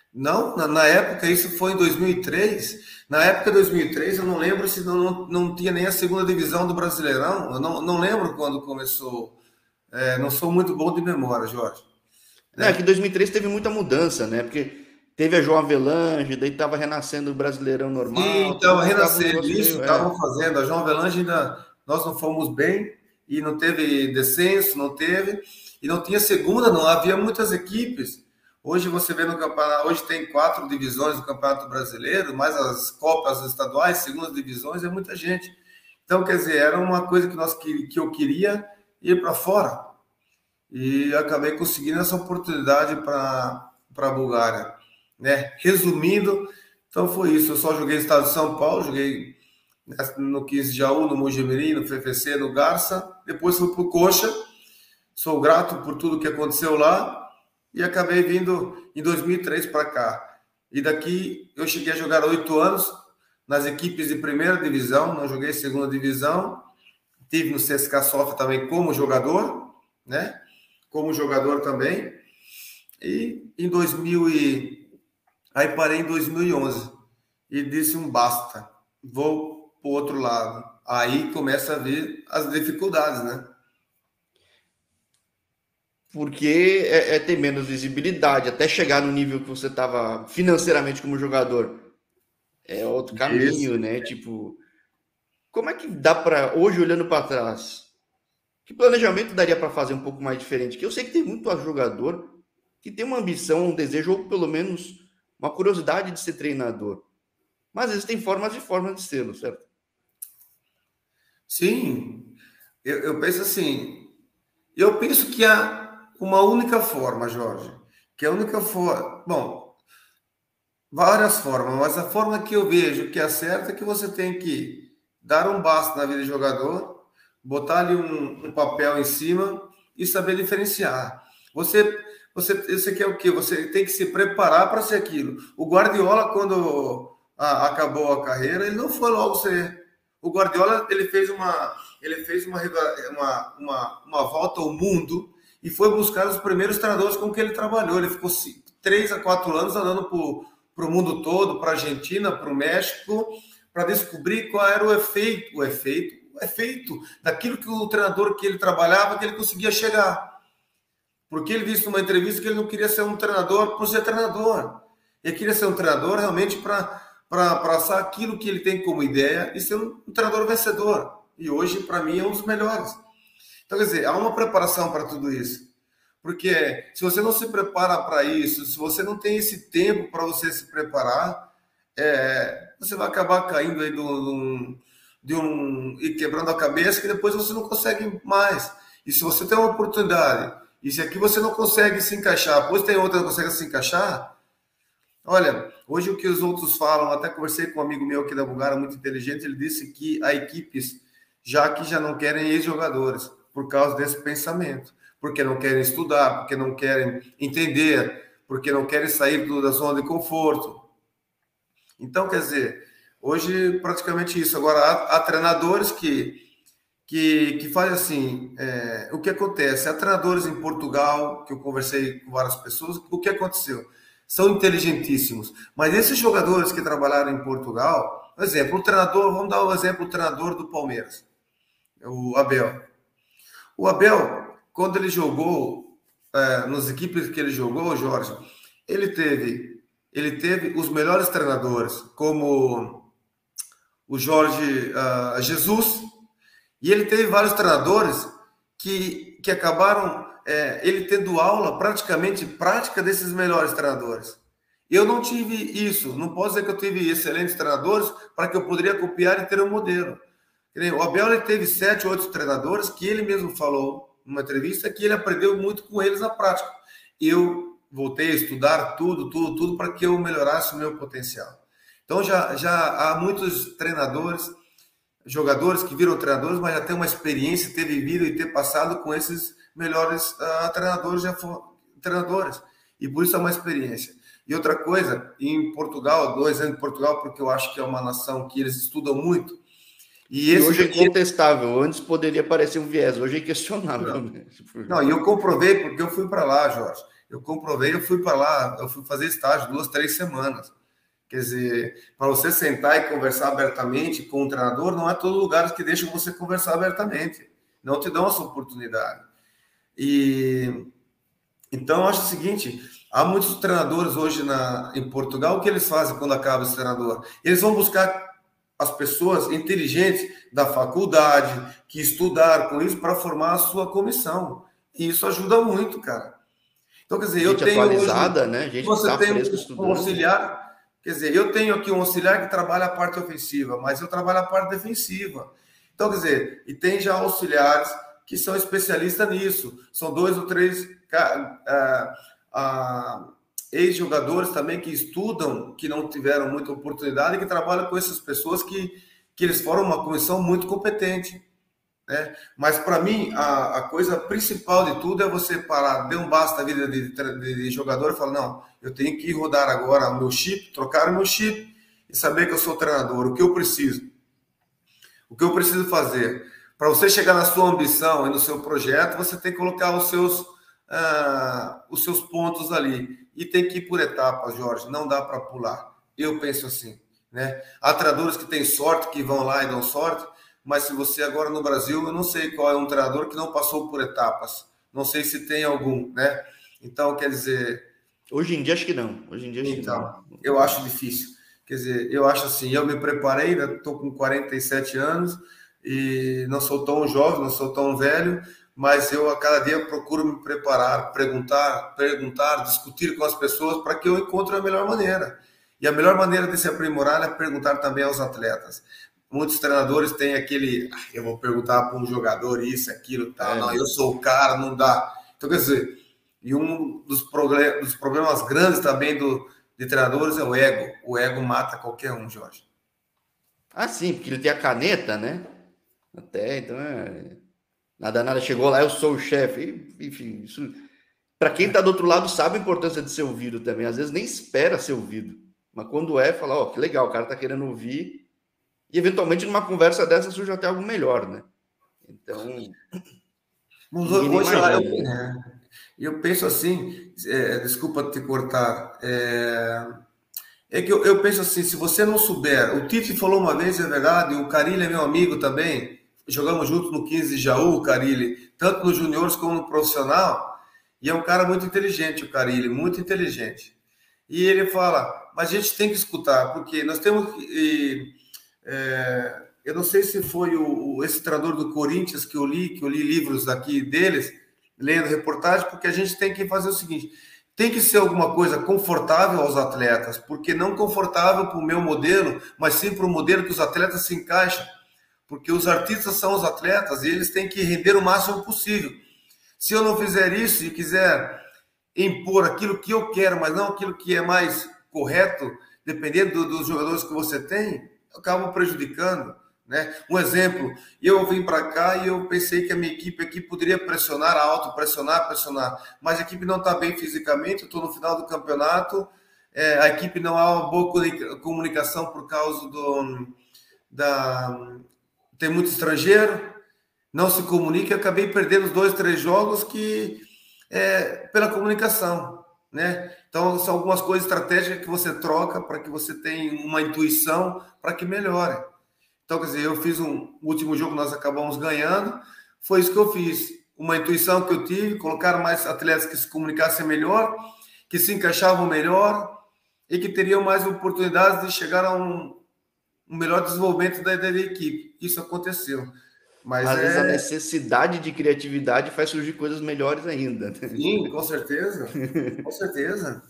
Não, na, na época, isso foi em dois mil e três. Na época de dois mil e três, eu não lembro se não, não, não tinha nem a segunda divisão do Brasileirão. Eu não, não lembro quando começou. É, não sou muito bom de memória, Jorge. Não, é Né? que em dois mil e três teve muita mudança, né? Porque teve a João Avelange, daí tava renascendo o Brasileirão Sim, normal, tudo, estava mas tava um renascendo negócio isso, meio. É. estavam fazendo. A João Avelange ainda. Nós não fomos bem e não teve descenso, não teve. E não tinha segunda, não. Havia muitas equipes. Hoje você vê no campeonato. Hoje tem quatro divisões do Campeonato Brasileiro, mais as Copas estaduais, segundas divisões, é muita gente. Então, quer dizer, era uma coisa que, nós, que, que eu queria ir para fora. E acabei conseguindo essa oportunidade para a Bulgária. Né? Resumindo, então foi isso. Eu só joguei no estado de São Paulo, joguei no quinze de Jaú, no Mojimirim, no F F C, no Garça. Depois fui para o Coxa. Sou grato por tudo que aconteceu lá e acabei vindo em dois mil e três para cá. E daqui eu cheguei a jogar oito anos nas equipes de primeira divisão, não joguei segunda divisão. Tive no C S K A Sofia também como jogador, né? Como jogador também. E em dois mil e... Aí parei em dois mil e onze e disse um basta, vou para o outro lado. Aí começa a vir as dificuldades, né? Porque é, é ter menos visibilidade, até chegar no nível que você estava financeiramente como jogador. É outro Isso. caminho, né? Tipo, como é que dá para, hoje olhando para trás, que planejamento daria para fazer um pouco mais diferente? Que eu sei que tem muito jogador que tem uma ambição, um desejo, ou pelo menos uma curiosidade de ser treinador. Mas existem formas e formas de ser, certo? Sim, eu, eu penso assim, eu penso que há uma única forma, Jorge, que é a única forma, bom, várias formas, mas a forma que eu vejo que é certa é que você tem que dar um basta na vida de jogador, botar ali um, um papel em cima e saber diferenciar. Você, você, você quer o quê? Você tem que se preparar para ser aquilo. O Guardiola, quando a, acabou a carreira, ele não foi logo ser. O Guardiola ele fez uma, ele fez uma, uma, uma, uma volta ao mundo e foi buscar os primeiros treinadores com que ele trabalhou. Ele ficou três a quatro anos andando por para o mundo todo, para a Argentina, para o México, para descobrir qual era o efeito, o efeito, o efeito daquilo que o treinador que ele trabalhava, que ele conseguia chegar. Porque ele disse numa entrevista que ele não queria ser um treinador por ser treinador. Ele queria ser um treinador realmente para passar aquilo que ele tem como ideia e ser um, um treinador vencedor. E hoje, para mim, é um dos melhores. Então, quer dizer, há uma preparação para tudo isso. Porque se você não se prepara para isso, se você não tem esse tempo para você se preparar, é, você vai acabar caindo aí de um, de um e quebrando a cabeça que depois você não consegue mais. E se você tem uma oportunidade, e se aqui você não consegue se encaixar, depois tem outra que consegue se encaixar, olha, hoje o que os outros falam, até conversei com um amigo meu aqui da Bulgária, muito inteligente, ele disse que há equipes já que já não querem ex-jogadores por causa desse pensamento. Porque não querem estudar, porque não querem entender, porque não querem sair do, da zona de conforto. Então, quer dizer, hoje praticamente isso. Agora, há, há treinadores que, que, que fazem assim, é, o que acontece? Há treinadores em Portugal, que eu conversei com várias pessoas, o que aconteceu? São inteligentíssimos, mas esses jogadores que trabalharam em Portugal, por exemplo, o treinador, vamos dar um exemplo, o treinador do Palmeiras, o Abel. O Abel, quando ele jogou, é, nas equipes que ele jogou, Jorge, ele teve, ele teve os melhores treinadores, como o Jorge uh, Jesus, e ele teve vários treinadores que, que acabaram, é, ele tendo aula, praticamente prática desses melhores treinadores. Eu não tive isso, não posso dizer que eu tive excelentes treinadores para que eu poderia copiar e ter um modelo. O Abel ele teve sete, oito treinadores que ele mesmo falou numa entrevista que ele aprendeu muito com eles na prática. Eu voltei a estudar tudo, tudo, tudo para que eu melhorasse o meu potencial. Então já, já há muitos treinadores, jogadores que viram treinadores, mas já tem uma experiência, ter vivido e ter passado com esses melhores uh, treinadores, já foram treinadores. E por isso é uma experiência. E outra coisa, em Portugal, dou exemplo de Portugal porque eu acho que é uma nação que eles estudam muito. E, e hoje é incontestável. Antes poderia parecer um viés, hoje é inquestionável. Não, não, e eu comprovei porque eu fui para lá, Jorge. Eu comprovei, eu fui para lá, eu fui fazer estágio duas, três semanas. Quer dizer, para você sentar e conversar abertamente com o treinador, não é todo lugar que deixa você conversar abertamente. Não te dão essa oportunidade. E então, eu acho o seguinte, há muitos treinadores hoje na, em Portugal, o que eles fazem quando acaba esse treinador? Eles vão buscar as pessoas inteligentes da faculdade, que estudaram com isso para formar a sua comissão. E isso ajuda muito, cara. Então, quer dizer, Gente eu tenho atualizada, hoje... né? Gente que Você está tem fresco um estudando. auxiliar... Quer dizer, eu tenho aqui um auxiliar que trabalha a parte ofensiva, mas eu trabalho a parte defensiva. Então, quer dizer, e tem já auxiliares que são especialistas nisso. São dois ou três uh, uh, ex-jogadores também que estudam, que não tiveram muita oportunidade e que trabalham com essas pessoas que, que eles formam uma comissão muito competente. Né? Mas, para mim, a, a coisa principal de tudo é você parar, dê um basta na vida de, de, de jogador e falar, não, eu tenho que rodar agora o meu chip, trocar o meu chip e saber que eu sou treinador, o que eu preciso. O que eu preciso fazer? Para você chegar na sua ambição e no seu projeto, você tem que colocar os seus, uh, os seus pontos ali. E tem que ir por etapas, Jorge. Não dá para pular. Eu penso assim. Né? Há treinadores que têm sorte, que vão lá e dão sorte, mas se você agora no Brasil, eu não sei qual é um treinador que não passou por etapas. Não sei se tem algum, né? Então, quer dizer... Hoje em dia, acho que não. Hoje em dia, acho então, que não. Eu acho difícil. Quer dizer, eu acho assim, eu me preparei, estou com quarenta e sete anos, e não sou tão jovem, não sou tão velho, mas eu a cada dia procuro me preparar, perguntar, perguntar, discutir com as pessoas para que eu encontre a melhor maneira. E a melhor maneira de se aprimorar é perguntar também aos atletas. Muitos treinadores têm aquele, ah, eu vou perguntar para um jogador isso, aquilo, tal, é. Não, eu sou o cara, não dá. Então, quer dizer, e um dos, problem- dos problemas grandes também do, de treinadores é o ego. O ego mata qualquer um, Jorge. Ah, sim, porque ele tem a caneta, né? Até, então é... Nada, nada, chegou lá, eu sou o chefe. Enfim, isso... Para quem está do outro lado, sabe a importância de ser ouvido também. Às vezes nem espera ser ouvido. Mas quando é, fala, ó, oh, que legal, o cara tá querendo ouvir. E eventualmente numa conversa dessa surge até algo melhor, né? Então... Mas hoje eu, é, eu penso assim, é, desculpa te cortar, é, é que eu, eu penso assim, se você não souber, o Tite falou uma vez, é verdade, o Carille é meu amigo também, jogamos juntos no quinze de Jaú, o Carille, tanto nos juniores como no profissional, e é um cara muito inteligente, o Carille, muito inteligente. E ele fala, mas a gente tem que escutar, porque nós temos que... E, é, eu não sei se foi o, o, esse treinador do Corinthians que eu li, que eu li livros aqui deles, lendo reportagem, porque a gente tem que fazer o seguinte, tem que ser alguma coisa confortável aos atletas, porque não confortável para o meu modelo, mas sim para o modelo que os atletas se encaixam, porque os artistas são os atletas e eles têm que render o máximo possível. Se eu não fizer isso e quiser impor aquilo que eu quero, mas não aquilo que é mais correto, dependendo dos jogadores que você tem, eu acabo prejudicando. Né? Um exemplo, eu vim para cá e eu pensei que a minha equipe aqui poderia pressionar alto, pressionar, pressionar, mas a equipe não está bem fisicamente, eu estou no final do campeonato, é, a equipe não há uma boa comunicação por causa do... Da, tem muito estrangeiro, não se comunica, eu acabei perdendo os dois, três jogos que é, pela comunicação. Né? Então, são algumas coisas estratégicas que você troca para que você tenha uma intuição para que melhore. Então, quer dizer, eu fiz um o último jogo, nós acabamos ganhando, foi isso que eu fiz. Uma intuição que eu tive, colocar mais atletas que se comunicassem melhor, que se encaixavam melhor e que teriam mais oportunidades de chegar a um, um melhor desenvolvimento da, da equipe. Isso aconteceu. Mas Às é... vezes a necessidade de criatividade faz surgir coisas melhores ainda. Sim, com certeza. Com certeza.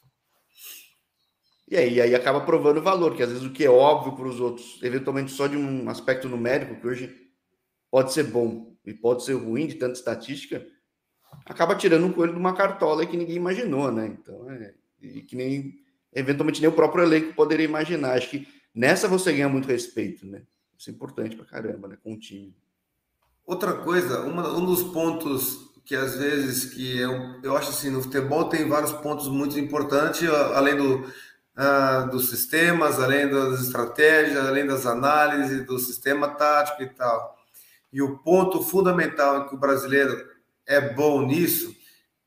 E aí, e aí acaba provando valor, que às vezes o que é óbvio para os outros, eventualmente só de um aspecto numérico, que hoje pode ser bom e pode ser ruim de tanta estatística, acaba tirando um coelho de uma cartola que ninguém imaginou, né? Então, é, e que nem, eventualmente, nem o próprio elenco poderia imaginar. Acho que nessa você ganha muito respeito, né? Isso é importante pra caramba, né? Com o time. Outra coisa, uma, um dos pontos que às vezes que eu, eu acho assim, no futebol tem vários pontos muito importantes, além do Uh, dos sistemas, além das estratégias, além das análises, do sistema tático e tal. E o ponto fundamental em que o brasileiro é bom nisso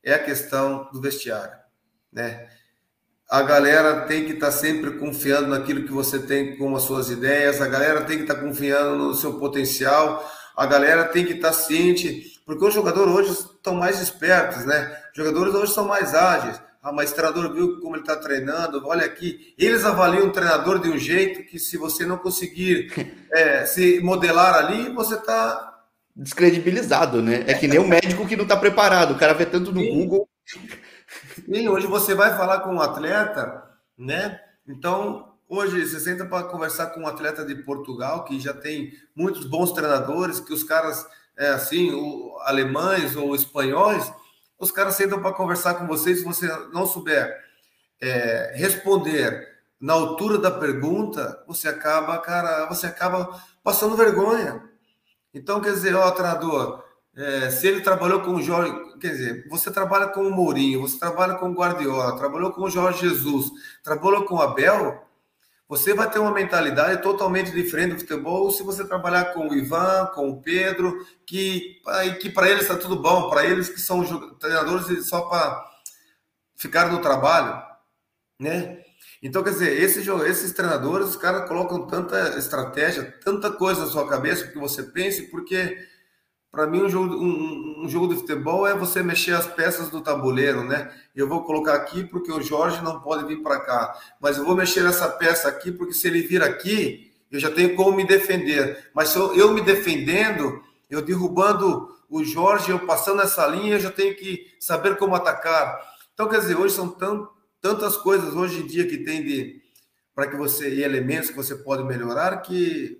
é a questão do vestiário, né? A galera tem que estar sempre confiando naquilo que você tem como as suas ideias, a galera tem que estar confiando no seu potencial, a galera tem que estar ciente, porque os jogadores hoje estão mais espertos, né? Os jogadores hoje são mais ágeis. Ah, mas o treinador viu como ele está treinando, olha aqui. Eles avaliam o treinador de um jeito que, se você não conseguir é, se modelar ali, você está descredibilizado, né? É que nem o médico que não está preparado. O cara vê tanto no Sim. Google. Sim, hoje você vai falar com um atleta, né? Então, hoje você senta para conversar com um atleta de Portugal, que já tem muitos bons treinadores, que os caras, é, assim, o, alemães ou espanhóis, os caras sentam para conversar com você. Se você não souber é, responder na altura da pergunta, você acaba, cara, você acaba passando vergonha. Então, quer dizer, ó, treinador, é, se ele trabalhou com o Jorge, quer dizer, você trabalha com o Mourinho, você trabalha com o Guardiola, trabalhou com o Jorge Jesus, trabalhou com o Abel, você vai ter uma mentalidade totalmente diferente do futebol se você trabalhar com o Ivan, com o Pedro, que, que para eles está tudo bom, para eles que são treinadores só para ficar no trabalho, né? Então, quer dizer, esses, esses treinadores, os caras colocam tanta estratégia, tanta coisa na sua cabeça que você pense, porque para mim um jogo, um, um jogo de futebol é você mexer as peças do tabuleiro, né? Eu vou colocar aqui porque o Jorge não pode vir para cá, mas eu vou mexer essa peça aqui porque se ele vir aqui, eu já tenho como me defender. Mas se eu, eu me defendendo, eu derrubando o Jorge, eu passando essa linha, eu já tenho que saber como atacar. Então, quer dizer, hoje são tão tantas coisas hoje em dia que tem de para que você e elementos que você pode melhorar que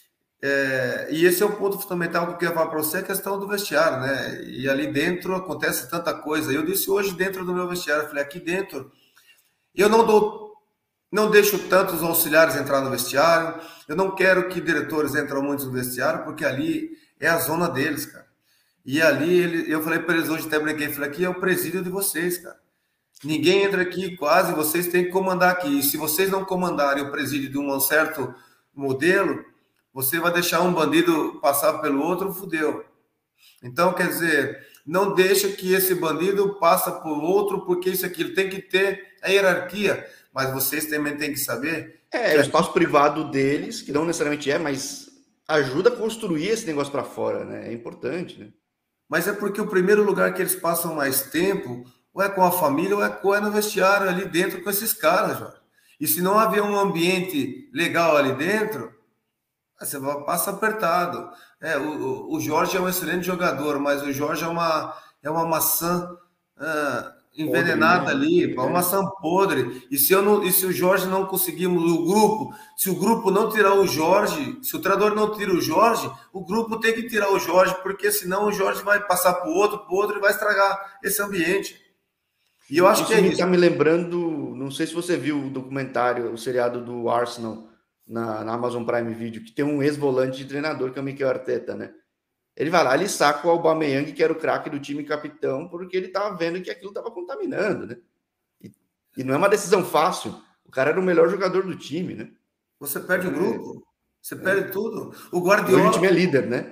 é, e esse é o ponto fundamental que eu quero falar para você, a questão do vestiário, né? E ali dentro acontece tanta coisa. Eu disse hoje dentro do meu vestiário, eu falei, aqui dentro eu não dou não deixo tantos auxiliares entrar no vestiário, eu não quero que diretores entrem muito no vestiário, porque ali é a zona deles, cara. E ali ele, eu falei para eles hoje, até brinquei, falei, aqui é o presídio de vocês, cara. Ninguém entra aqui, quase, vocês têm que comandar aqui. E se vocês não comandarem o presídio de um certo modelo, você vai deixar um bandido passar pelo outro, fudeu. Então, quer dizer, não deixa que esse bandido passe por outro, porque isso aqui tem que ter a hierarquia. Mas vocês também têm que saber... É, que o espaço aqui... privado deles, que não necessariamente é, mas ajuda a construir esse negócio para fora, né? É importante, né? Mas é porque o primeiro lugar que eles passam mais tempo... ou é com a família, ou é, ou é no vestiário ali dentro com esses caras, Jorge. E se não haver um ambiente legal ali dentro, você passa apertado. É, o, o Jorge é um excelente jogador, mas o Jorge é uma, é uma maçã ah, envenenada podre, né? ali, é. uma maçã podre. E se, eu não, e se o Jorge não conseguirmos, o grupo, se o grupo não tirar o Jorge, se o treinador não tira o Jorge, o grupo tem que tirar o Jorge, porque senão o Jorge vai passar para o outro, para o outro e vai estragar esse ambiente. E eu acho isso que é me isso. Tá me lembrando, não sei se você viu o documentário, o seriado do Arsenal na, na Amazon Prime Video, que tem um ex-volante de treinador, que é o Mikel Arteta, né? Ele vai lá, ele saca o Aubameyang, que era o craque do time capitão, porque ele tava vendo que aquilo tava contaminando, né? E, e não é uma decisão fácil. O cara era o melhor jogador do time, né? Você perde o grupo, você é. perde tudo. O Guardiola... Hoje o time é líder, né?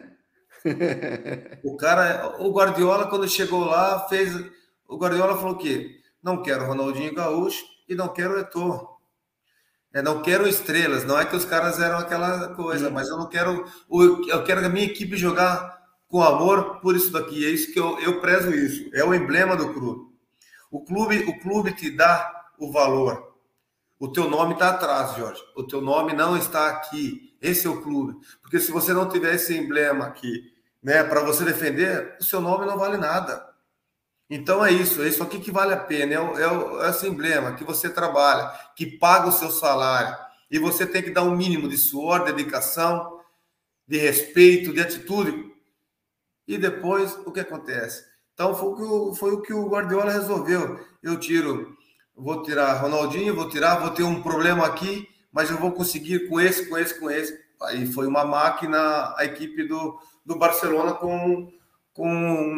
o cara, o Guardiola, quando chegou lá, fez... O Guardiola falou o quê? Não quero Ronaldinho Gaúcho e não quero Eto'o. É, não quero estrelas. Não é que os caras eram aquela coisa, hum. mas eu não quero... Eu quero a minha equipe jogar com amor por isso daqui. É isso que eu, eu prezo isso. É o emblema do clube. O clube, o clube te dá o valor. O teu nome está atrás, Jorge. O teu nome não está aqui. Esse é o clube. Porque se você não tiver esse emblema aqui, né, para você defender, o seu nome não vale nada. Então é isso, é isso aqui que vale a pena, é, o, é, o, é esse emblema que você trabalha, que paga o seu salário, e você tem que dar um mínimo de suor, dedicação, de respeito, de atitude. E depois, o que acontece? Então foi o que o, foi o, que o Guardiola resolveu. Eu tiro, vou tirar Ronaldinho, vou tirar, vou ter um problema aqui, mas eu vou conseguir com esse, com esse, com esse. Aí foi uma máquina, a equipe do, do Barcelona com... com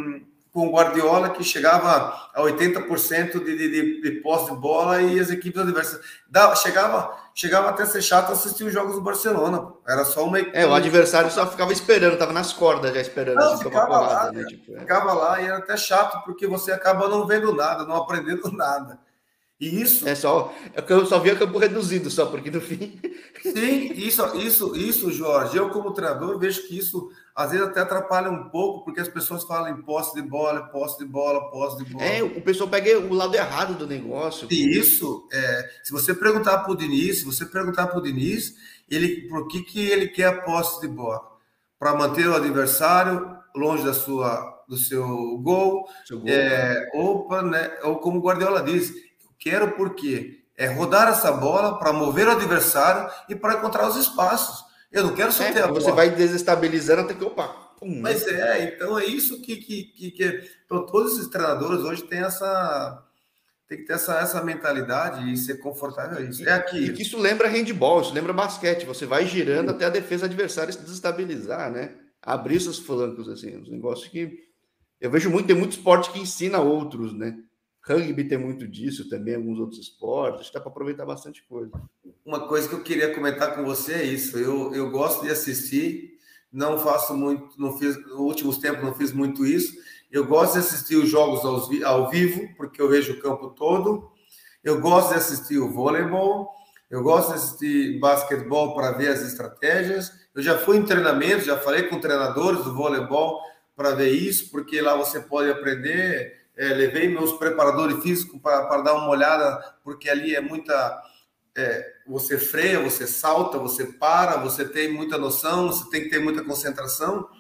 com o Guardiola, que chegava a oitenta por cento de, de, de posse de bola e as equipes adversas. Dava, chegava, chegava até a ser chato assistir os jogos do Barcelona. Era só uma... É, o adversário só ficava esperando, estava nas cordas já esperando. Não, assim, ficava tomar porrada, lá, né? Tipo, é. ficava lá e era até chato, porque você acaba não vendo nada, não aprendendo nada. E isso... É só... Eu só via campo reduzido só, porque no fim... Sim, isso, isso, isso, Jorge. Eu, como treinador, vejo que isso às vezes até atrapalha um pouco, porque as pessoas falam em posse de bola, posse de bola, posse de bola. É, o pessoal pega o lado errado do negócio. E isso, é, se você perguntar para o Diniz, se você perguntar para o Diniz, ele, por que, que ele quer a posse de bola? Para manter o adversário longe da sua, do seu gol, Seu gol, é, né? ou, pra, né, ou como o Guardiola diz, eu quero porque é rodar essa bola para mover o adversário e para encontrar os espaços. Eu não quero só É, ter a você bola. vai desestabilizando até que, opa, pum, Mas né? é, então é isso que, que, que, que então, todos esses treinadores hoje têm essa, tem que ter essa, essa mentalidade e ser confortável a isso. E, É e que aqui. isso lembra handball, isso lembra basquete. Você vai girando até a defesa adversária se desestabilizar, né? Abrir seus flancos, assim, um negócio que eu vejo muito, tem muito esporte que ensina outros, né? Rugby tem muito disso também, alguns outros esportes, dá para aproveitar bastante coisa. Uma coisa que eu queria comentar com você é isso. Eu, eu gosto de assistir, não faço muito, não fiz, nos últimos tempos não fiz muito isso. Eu gosto de assistir os jogos ao, ao vivo, porque eu vejo o campo todo. Eu gosto de assistir o voleibol. Eu gosto de assistir basquetebol para ver as estratégias. Eu já fui em treinamento, já falei com treinadores do voleibol para ver isso, porque lá você pode aprender. É, levei meus preparadores físicos para dar uma olhada, porque ali é muita... É, você freia, você salta, você para, você tem muita noção, você tem que ter muita concentração.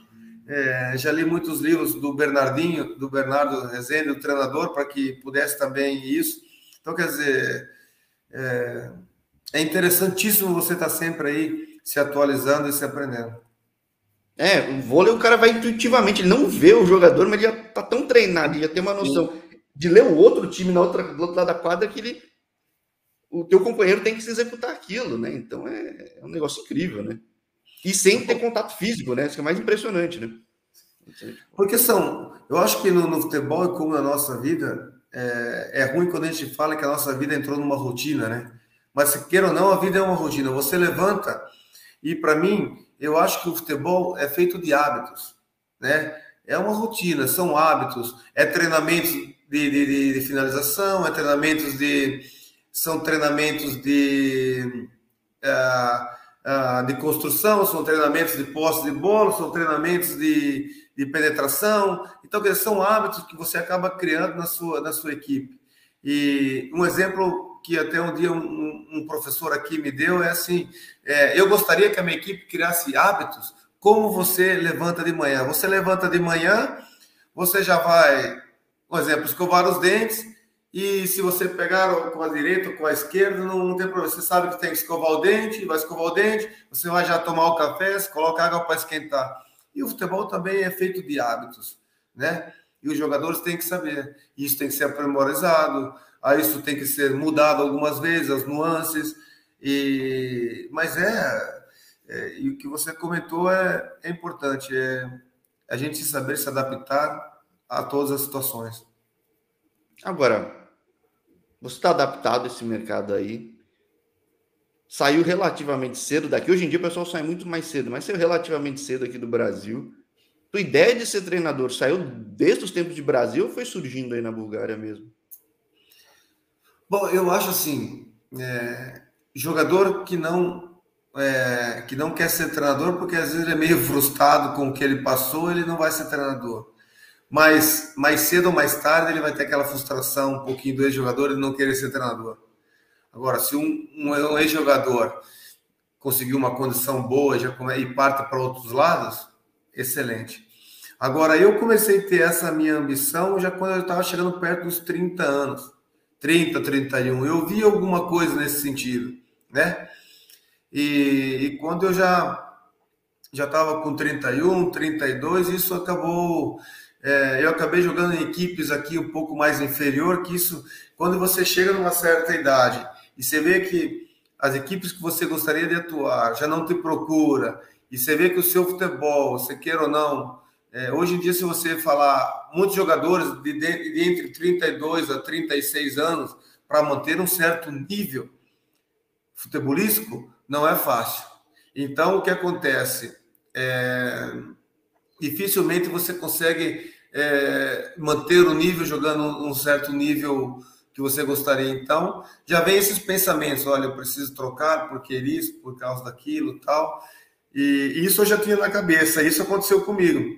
É, já li muitos livros do Bernardinho, do Bernardo Rezende, o treinador, para que pudesse também isso. Então, quer dizer, é, é interessantíssimo você estar sempre aí se atualizando e se aprendendo. É, o vôlei o cara vai intuitivamente, ele não vê o jogador, mas ele já tá tão treinado, ele já tem uma noção Sim. de ler o outro time na outra, do outro lado da quadra que ele, o teu companheiro tem que se executar aquilo, né? Então é, é um negócio incrível, né? E sem ter contato físico, né? Isso que é mais impressionante, né? Porque são, eu acho que no, no futebol e como na nossa vida, é, é ruim quando a gente fala que a nossa vida entrou numa rotina, né? Mas se queira ou não, a vida é uma rotina. Você levanta e, para mim, eu acho que o futebol é feito de hábitos, né? É uma rotina, são hábitos, é treinamentos de, de, de, de finalização, é treinamentos de... São treinamentos de... Uh, uh, de construção, são treinamentos de posse de bola, são treinamentos de, de penetração. Então, são hábitos que você acaba criando na sua, na sua equipe. E um exemplo que até um dia um, um professor aqui me deu é assim, é, eu gostaria que a minha equipe criasse hábitos como você levanta de manhã. Você levanta de manhã, você já vai, por exemplo, escovar os dentes, e se você pegar com a direita ou com a esquerda, não, não tem problema. Você sabe que tem que escovar o dente, vai escovar o dente, você vai já tomar o café, você coloca água para esquentar. E o futebol também é feito de hábitos, né? E os jogadores têm que saber. Isso tem que ser aprimorizado, aí isso tem que ser mudado algumas vezes, as nuances. E... Mas é, é... E o que você comentou é, é importante, é a gente saber se adaptar a todas as situações. Agora, você está adaptado a esse mercado aí? Saiu relativamente cedo daqui. Hoje em dia o pessoal sai muito mais cedo, mas saiu relativamente cedo aqui do Brasil. Tua ideia de ser treinador saiu desde os tempos de Brasil ou foi surgindo aí na Bulgária mesmo? Bom, eu acho assim, é, jogador que não é, que não quer ser treinador porque às vezes ele é meio frustrado com o que ele passou, ele não vai ser treinador. Mas mais cedo ou mais tarde ele vai ter aquela frustração um pouquinho do ex-jogador e não querer ser treinador. Agora, se um, um ex-jogador conseguir uma condição boa já come, e parte para outros lados, excelente. Agora, eu comecei a ter essa minha ambição já quando eu estava chegando perto dos trinta anos. trinta, trinta e um. Eu vi alguma coisa nesse sentido, né? E, e quando eu já já estava com trinta e um, trinta e dois, isso acabou... É, eu acabei jogando em equipes aqui um pouco mais inferior, que isso, quando você chega numa certa idade e você vê que as equipes que você gostaria de atuar já não te procura, e você vê que o seu futebol, você queira ou não, É, hoje em dia, se você falar, muitos jogadores de, de, de entre trinta e dois a trinta e seis anos, para manter um certo nível futebolístico, não é fácil. Então, o que acontece? É, dificilmente você consegue é, manter o nível jogando um certo nível que você gostaria. Então, já vem esses pensamentos, olha, eu preciso trocar porque isso, por causa daquilo, tal. E, e isso eu já tinha na cabeça, isso aconteceu comigo.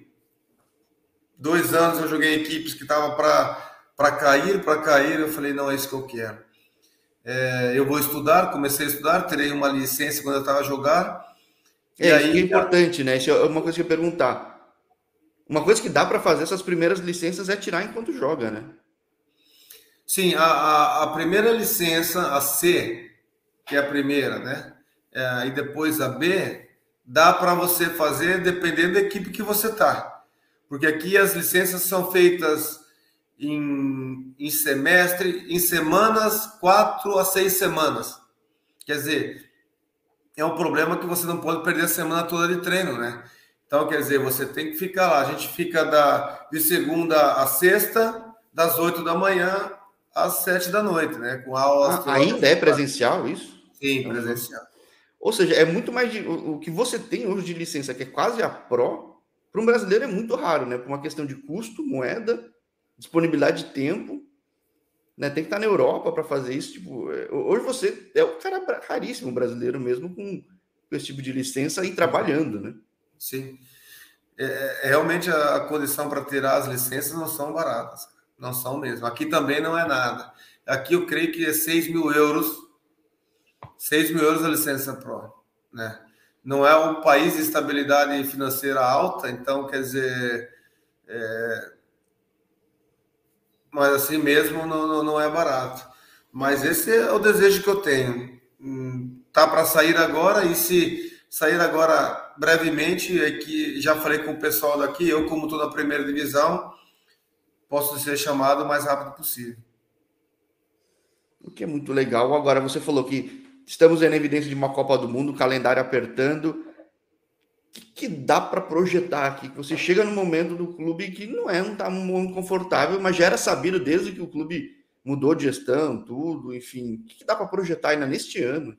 Dois anos eu joguei em equipes que estavam para cair, para cair, eu falei, não, é isso que eu quero. É, eu vou estudar, comecei a estudar, terei uma licença quando eu estava a jogar. É, e aí, isso que é importante, né? Isso é uma coisa que eu ia perguntar. Uma coisa que dá para fazer essas primeiras licenças é tirar enquanto joga, né? Sim, a, a, a primeira licença, a C, que é a primeira, né? É, e depois a B, dá para você fazer dependendo da equipe que você tá. Porque aqui as licenças são feitas em, em semestre, em semanas, quatro a seis semanas. Quer dizer, é um problema que você não pode perder a semana toda de treino, né? Então, quer dizer, você tem que ficar lá. A gente fica da, de segunda a sexta, das oito da manhã às sete da noite, né? Com aulas. Ah, ainda é presencial isso? Sim, presencial. Ou seja, é muito mais de, o, o que você tem hoje de licença, que é quase a Pro, para um brasileiro é muito raro, né? Por uma questão de custo, moeda, disponibilidade de tempo, né? Tem que estar na Europa para fazer isso. Tipo, hoje você é o cara raríssimo brasileiro mesmo com, com esse tipo de licença e trabalhando, né? Sim. É, realmente a, a condição para tirar as licenças não são baratas. Não são mesmo. Aqui também não é nada. Aqui eu creio que é seis mil euros. seis mil euros a licença Pro, né? Não é um país de estabilidade financeira alta, então, quer dizer, é... mas assim mesmo não, não, não é barato. Mas esse é o desejo que eu tenho. Tá para sair agora, e se sair agora brevemente, é que já falei com o pessoal daqui, eu como estou na primeira divisão, posso ser chamado o mais rápido possível. O que é muito legal. Agora, você falou que estamos em evidência de uma Copa do Mundo, o calendário apertando. O que, que dá para projetar aqui? Você chega no momento do clube que não é um tá um momento confortável, mas já era sabido desde que o clube mudou de gestão, tudo, enfim. O que, que dá para projetar ainda neste ano?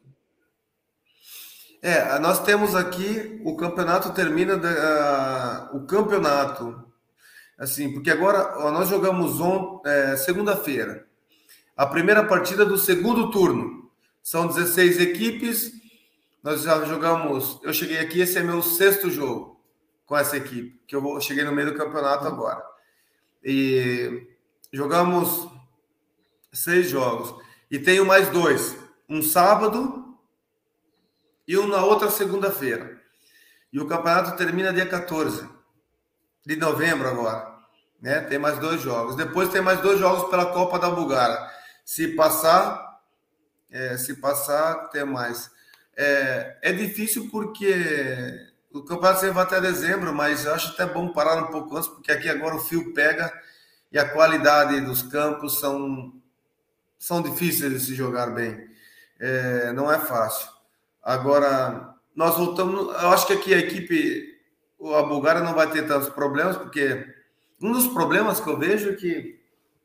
É, nós temos aqui, o campeonato termina, uh, o campeonato, assim, porque agora nós jogamos on, é, segunda-feira, a primeira partida do segundo turno, são dezesseis equipes, nós já jogamos, eu cheguei aqui, esse é meu sexto jogo com essa equipe, que eu vou, cheguei no meio do campeonato agora, e jogamos seis jogos, e tenho mais dois, um sábado e um na outra segunda-feira. E o campeonato termina dia quatorze de novembro agora, né? Tem mais dois jogos. Depois tem mais dois jogos pela Copa da Bulgária. Se passar, é, se passar, tem mais. É, é difícil porque o campeonato sempre vai até dezembro, mas eu acho até bom parar um pouco antes, porque aqui agora o fio pega e a qualidade dos campos são, são difíceis de se jogar bem. É, não é fácil. Agora, nós voltamos. Eu acho que aqui a equipe, a Bulgária não vai ter tantos problemas, porque um dos problemas que eu vejo é que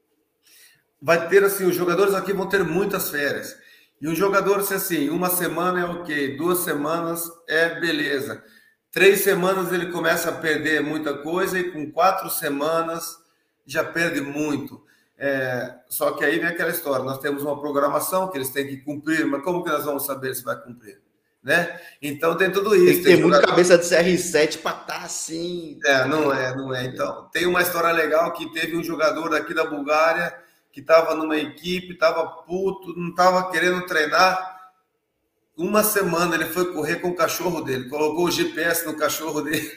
vai ter assim, os jogadores aqui vão ter muitas férias. E um jogador, se assim, uma semana é ok, duas semanas é beleza. Três semanas ele começa a perder muita coisa, e com quatro semanas já perde muito. É, só que aí vem aquela história, nós temos uma programação que eles têm que cumprir, mas como que nós vamos saber se vai cumprir? Né? Então tem tudo isso. Tem que ter tem muita jogador... cabeça de C R sete para estar assim. É, não é, não é. Então, tem uma história legal que teve um jogador daqui da Bulgária que estava numa equipe, estava puto, não estava querendo treinar. Uma semana ele foi correr com o cachorro dele, colocou o G P S no cachorro dele.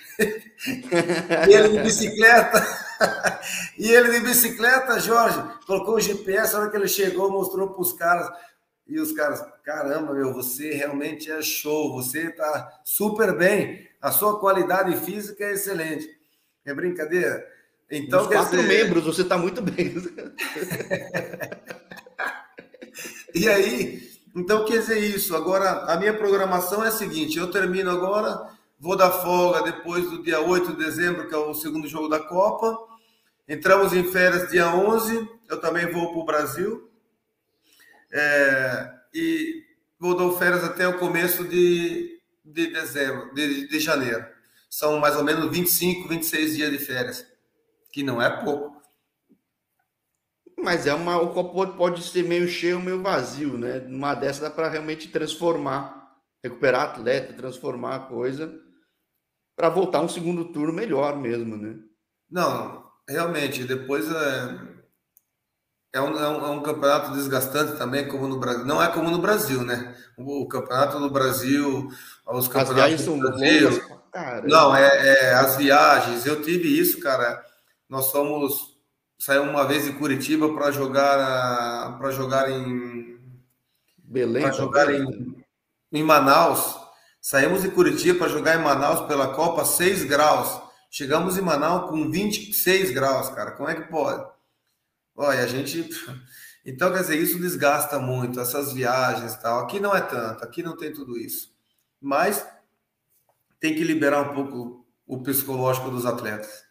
E ele de bicicleta. E ele de bicicleta, Jorge, colocou o G P S, na hora que ele chegou, mostrou para os caras. E os caras, caramba, meu, você realmente é show, você está super bem, a sua qualidade física é excelente. É brincadeira? Então, quer quatro dizer... membros, você está muito bem. E aí, então quer dizer isso. Agora, a minha programação é a seguinte, eu termino agora, vou dar folga depois do dia oito de dezembro, que é o segundo jogo da Copa. Entramos em férias dia onze, eu também vou para o Brasil. É, e vou dar férias até o começo de, de dezembro, de, de janeiro. São mais ou menos vinte e cinco, vinte e seis dias de férias, que não é pouco. Mas é uma, o copo pode ser meio cheio, meio vazio, né? Numa dessa dá para realmente transformar, recuperar atleta, transformar a coisa para voltar um segundo turno melhor mesmo, né? Não, realmente, depois é, é, um, é, um, é um campeonato desgastante também, como no Brasil. Não é como no Brasil, né? O, o campeonato do Brasil, os As campeonatos viagens do são longas Brasil. pra Não, caramba. é, é as viagens. Eu tive isso, cara. Nós fomos saímos uma vez de Curitiba para jogar para jogar em para Belém, jogar talvez, em, né? em Manaus. Saímos de Curitiba para jogar em Manaus pela Copa seis graus. Chegamos em Manaus com vinte e seis graus, cara. Como é que pode? Olha, a gente. Então, quer dizer, isso desgasta muito, essas viagens e tal. Aqui não é tanto, aqui não tem tudo isso. Mas tem que liberar um pouco o psicológico dos atletas.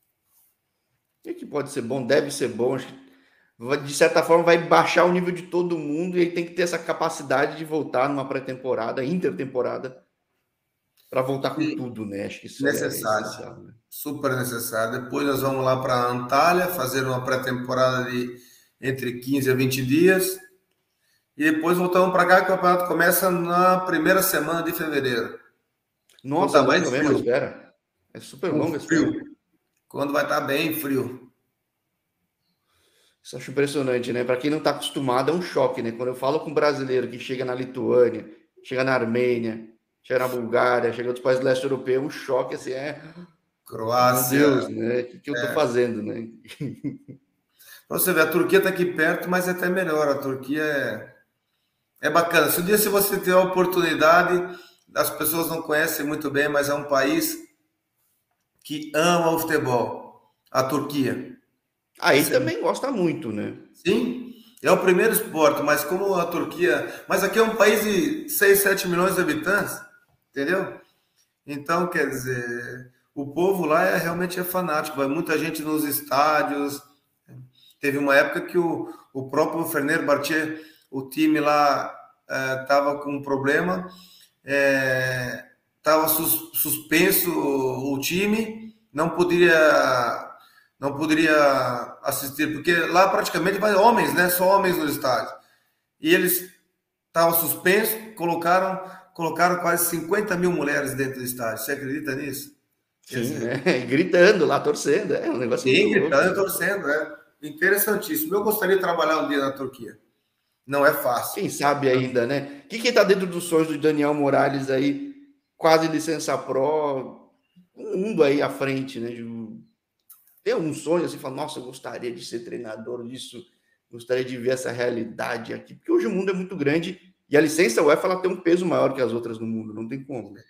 E que pode ser bom, deve ser bom. Acho que de certa forma vai baixar o nível de todo mundo e aí tem que ter essa capacidade de voltar numa pré-temporada, intertemporada, para voltar com E tudo, né? Acho que isso é necessário, essencial, né? super necessário. Depois nós vamos lá para Antália fazer uma pré-temporada de entre quinze a vinte dias. E depois voltamos para cá, que o campeonato começa na primeira semana de fevereiro. Quando Nossa, é tá mais longa mesmo a frio. espera. É super Com longa a frio. espera. Quando vai estar bem frio. Isso eu acho impressionante, né? Para quem não está acostumado, é um choque, né? Quando eu falo com um brasileiro que chega na Lituânia, chega na Armênia, chega na Bulgária, chega em outros países do leste europeu, um choque assim, é, meu Croácia. Deus, né? O que, que eu tô fazendo, né? Pra você ver, a Turquia está aqui perto, mas é até melhor. A Turquia é, é bacana. Se um dia se você ter a oportunidade, as pessoas não conhecem muito bem, mas é um país que ama o futebol. A Turquia. Aí Você- também gosta muito, né? Sim, é o primeiro esporte, mas como a Turquia. Mas aqui é um país de seis, sete milhões de habitantes, entendeu? Então, quer dizer, o povo lá é realmente é fanático. Vai muita gente nos estádios. Teve uma época que o, o próprio Fenerbahçe, o time lá estava com um problema, estava sus, suspenso o, o time, não poderia não poderia assistir, porque lá praticamente vai homens, né? Só homens no estádio. E eles estavam suspensos, colocaram, colocaram quase cinquenta mil mulheres dentro do estádio. Você acredita nisso? Quer Sim, dizer, né? Gritando lá, torcendo. É um negócio muito sim, louco, gritando e né? torcendo, é interessantíssimo. Eu gostaria de trabalhar um dia na Turquia. Não é fácil. Quem sabe ainda, né? O que que tá dentro dos sonhos do Daniel Morales aí, quase licença pro, um mundo aí à frente, né? De um- tem um sonho assim, fala, nossa, eu gostaria de ser treinador disso, gostaria de ver essa realidade aqui, porque hoje o mundo é muito grande e a licença UEFA ela tem um peso maior que as outras no mundo, não tem como, né?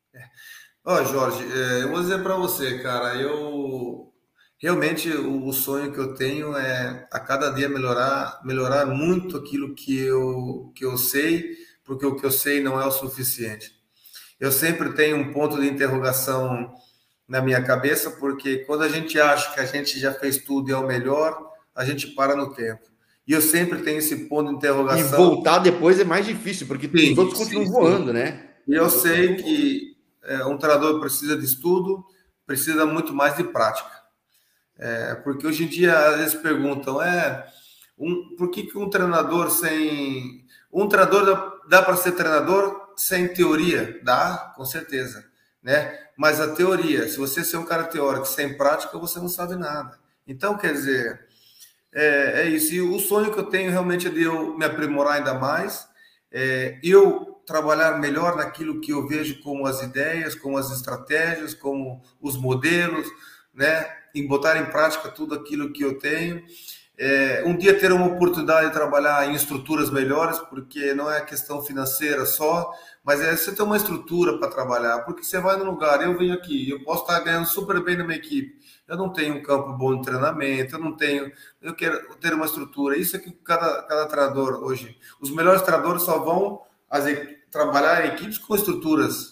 Ó, Jorge, é, eu vou dizer para você, cara, eu realmente o, o sonho que eu tenho é a cada dia melhorar, melhorar muito aquilo que eu, que eu sei, porque o que eu sei não é o suficiente. Eu sempre tenho um ponto de interrogação na minha cabeça, porque quando a gente acha que a gente já fez tudo e é o melhor, a gente para no tempo. E eu sempre tenho esse ponto de E interrogação. voltar depois é mais difícil, porque os Sim, outros sim, continuam sim. voando, né? E eu Os outros sei continuam voando. que é, um treinador precisa de estudo, precisa muito mais de prática. É, porque hoje em dia, às vezes perguntam, é, um, por que, que um treinador sem... Um treinador dá, dá para ser treinador sem teoria? Dá, com certeza. Né? Mas a teoria, se você ser um cara teórico sem prática, você não sabe nada. Então, quer dizer, é, é isso. E o sonho que eu tenho realmente é de eu me aprimorar ainda mais, é, eu trabalhar melhor naquilo que eu vejo como as ideias, como as estratégias, como os modelos, né? Em botar em prática tudo aquilo que eu tenho. É, um dia ter uma oportunidade de trabalhar em estruturas melhores, porque não é questão financeira só, mas é você ter uma estrutura para trabalhar, porque você vai no lugar, eu venho aqui, eu posso estar ganhando super bem na minha equipe, eu não tenho um campo bom de treinamento, eu não tenho, eu quero ter uma estrutura, isso é que cada, cada treinador hoje, os melhores treinadores só vão as, trabalhar em equipes com estruturas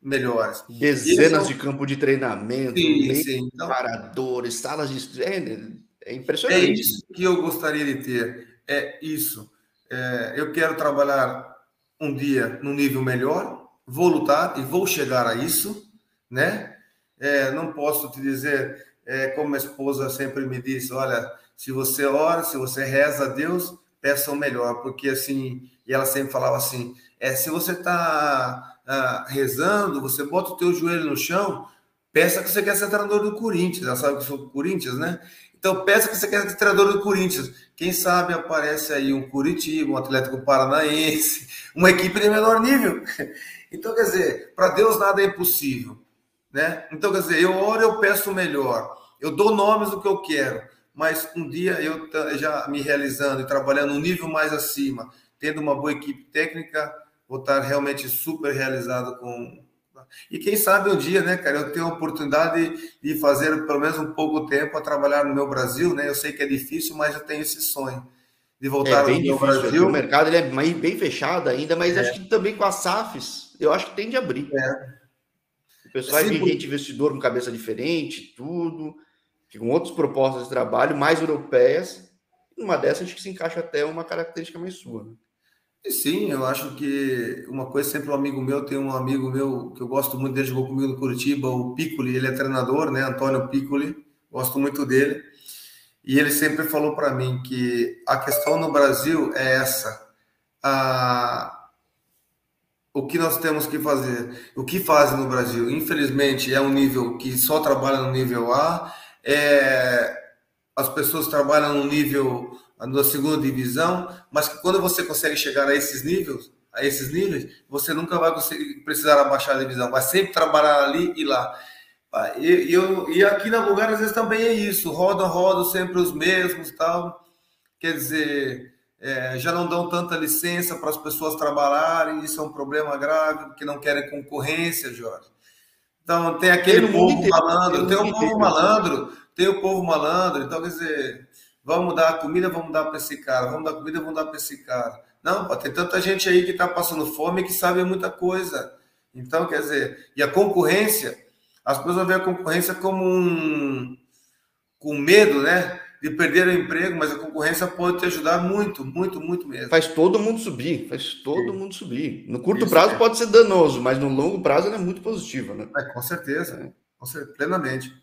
melhores. Dezenas São... de campos de treinamento, sim, meio sim. Então, paradores, salas de... É, é é impressionante. isso que eu gostaria de ter. É isso. É, eu quero trabalhar um dia no nível melhor, vou lutar e vou chegar a isso, né? É, não posso te dizer, é, como a esposa sempre me disse, olha, se você ora, se você reza a Deus, peça o melhor, porque assim, e ela sempre falava assim, é, se você está ah, rezando, você bota o teu joelho no chão, peça que você quer ser treinador do Corinthians, ela sabe que eu sou do Corinthians, né? Então, peça que você quer ser treinador do Corinthians. Quem sabe aparece aí um Curitiba, um Atlético Paranaense, uma equipe de menor nível. Então, quer dizer, para Deus nada é impossível, né? Então, quer dizer, eu oro, eu peço o melhor. Eu dou nomes do que eu quero, mas um dia eu já me realizando e trabalhando um nível mais acima, tendo uma boa equipe técnica, vou estar realmente super realizado com... E quem sabe um dia, né, cara, eu tenho a oportunidade de fazer pelo menos um pouco tempo a trabalhar no meu Brasil, né? Eu sei que é difícil, mas eu tenho esse sonho de É voltar bem no meu difícil aqui. O Brasil. mercado ele é mais, bem fechado ainda, mas acho que também com as S A Fs, eu acho que tende a abrir. É, O pessoal vai sim, vir gente investidor com cabeça diferente, tudo, com outras propostas de trabalho, mais europeias. Numa dessas, acho que se encaixa até uma característica mais sua. Né? sim, eu acho que uma coisa, sempre um amigo meu, tem um amigo meu que eu gosto muito dele, jogou comigo no Curitiba, o Piccoli, ele é treinador, né, Antônio Piccoli, gosto muito dele, e ele sempre falou para mim que a questão no Brasil é essa, a, o que nós temos que fazer, o que fazem no Brasil, infelizmente, é um nível que só trabalha no nível A, é, as pessoas trabalham no nível na segunda divisão, mas que quando você consegue chegar a esses níveis, a esses níveis, você nunca vai conseguir precisar abaixar a divisão, vai sempre trabalhar ali e lá. E, e, eu, e aqui na Bulgária às vezes também é isso, rodam, rodam sempre os mesmos, tal. Quer dizer, é, já não dão tanta licença para as pessoas trabalharem, isso é um problema grave, porque não querem concorrência, Jorge. Então tem Tem aquele no mundo povo inteiro. Tem malandro, no tem mundo o povo inteiro. malandro, tem o povo malandro, então quer dizer, vamos dar comida, vamos dar para esse cara, vamos dar comida, vamos dar para esse cara. Não, pô, tem tanta gente aí que está passando fome e que sabe muita coisa. Então, quer dizer, e a concorrência, as pessoas veem a concorrência como um, com medo, né? De perder o emprego, mas a concorrência pode te ajudar muito, muito, muito mesmo. Faz todo mundo subir, faz todo Sim. mundo subir. No curto Isso prazo é. pode ser danoso, mas no longo prazo ela é muito positiva, né? É, com certeza, é. com certeza, plenamente.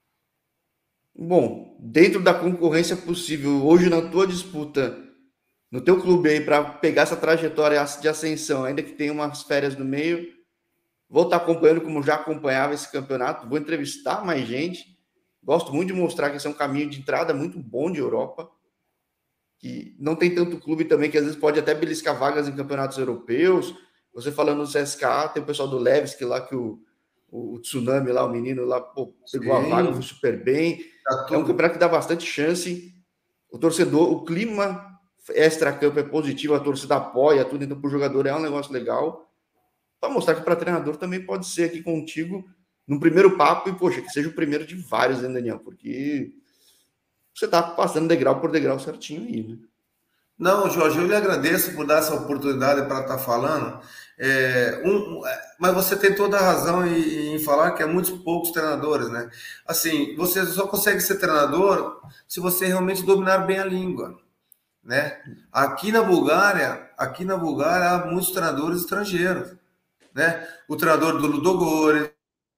Bom, dentro da concorrência possível, hoje na tua disputa, no teu clube aí, para pegar essa trajetória de ascensão, ainda que tenha umas férias no meio, vou estar acompanhando como já acompanhava esse campeonato, vou entrevistar mais gente. Gosto muito de mostrar que esse é um caminho de entrada muito bom de Europa, que não tem tanto clube também, que às vezes pode até beliscar vagas em campeonatos europeus. Você falando do C S K A, tem o pessoal do Levski lá, que o, o, o Tsunami lá, o menino lá, pô, pegou Sim. a vaga, foi super bem. Tá é um campeonato que dá bastante chance. O torcedor, o clima extra-campo é positivo, a torcida apoia tudo, então para o jogador é um negócio legal. Para mostrar que para treinador também pode ser aqui contigo no primeiro papo e, poxa, que seja o primeiro de vários, né, Daniel? Porque você está passando degrau por degrau certinho aí, né? Não, Jorge, eu lhe agradeço por dar essa oportunidade para estar falando. É, um, mas você tem toda a razão em, em falar que há muitos poucos treinadores, né? Assim, você só consegue ser treinador se você realmente dominar bem a língua, né? Aqui na Bulgária, aqui na Bulgária há muitos treinadores estrangeiros, né? O treinador do Ludogorets,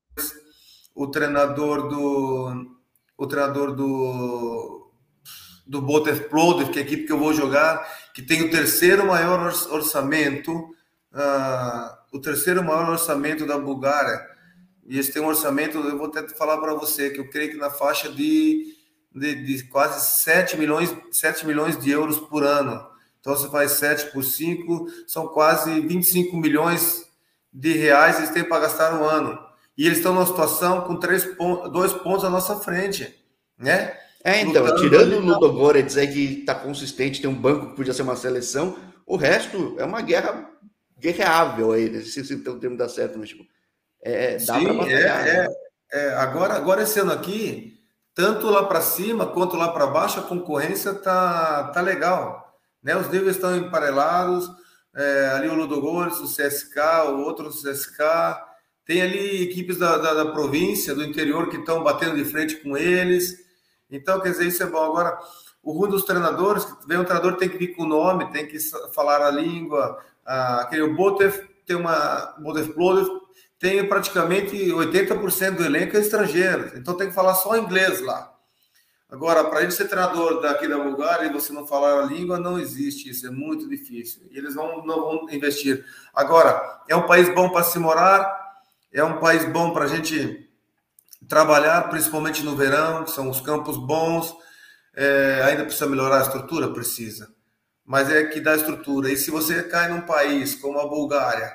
o treinador do, o treinador do do Botev-Plovdiv, que é a equipe que eu vou jogar, que tem o terceiro maior orçamento, uh, o terceiro maior orçamento da Bulgária. E eles têm um orçamento, eu vou até falar para você, que eu creio que na faixa de, de, de quase sete milhões, sete milhões de euros por ano. Então, você faz sete por cinco, são quase vinte e cinco milhões de reais eles têm para gastar no ano. E eles estão numa situação com três pontos, dois pontos à nossa frente, né? É, então, tirando o Ludogorets aí que tá consistente, tem um banco que podia ser uma seleção, o resto é uma guerra guerreável aí, né? Se, se o termo dá certo, mas tipo, é, dá para batalhar. É, né? é, é, agora, agora esse ano aqui, tanto lá para cima quanto lá para baixo, a concorrência tá, tá legal, né? Os níveis estão emparelados, é, ali o Ludogorets, o C S K, o outro C S K, Tem ali equipes da, da, da província, do interior, que estão batendo de frente com eles. Então, quer dizer, isso é bom. Agora, o ruim dos treinadores, que vem um treinador tem que vir com o nome, tem que falar a língua. Ah, aquele o Botef tem uma... Botef Plodev tem praticamente oitenta por cento do elenco é estrangeiro. Então, tem que falar só inglês lá. Agora, para ele ser treinador daqui da Bulgária e você não falar a língua, não existe isso, é muito difícil. E eles vão, não vão investir. Agora, é um país bom para se morar, é um país bom para a gente trabalhar, principalmente no verão, que são os campos bons. É, ainda precisa melhorar a estrutura? Precisa. Mas é que dá estrutura. E se você cai num país como a Bulgária,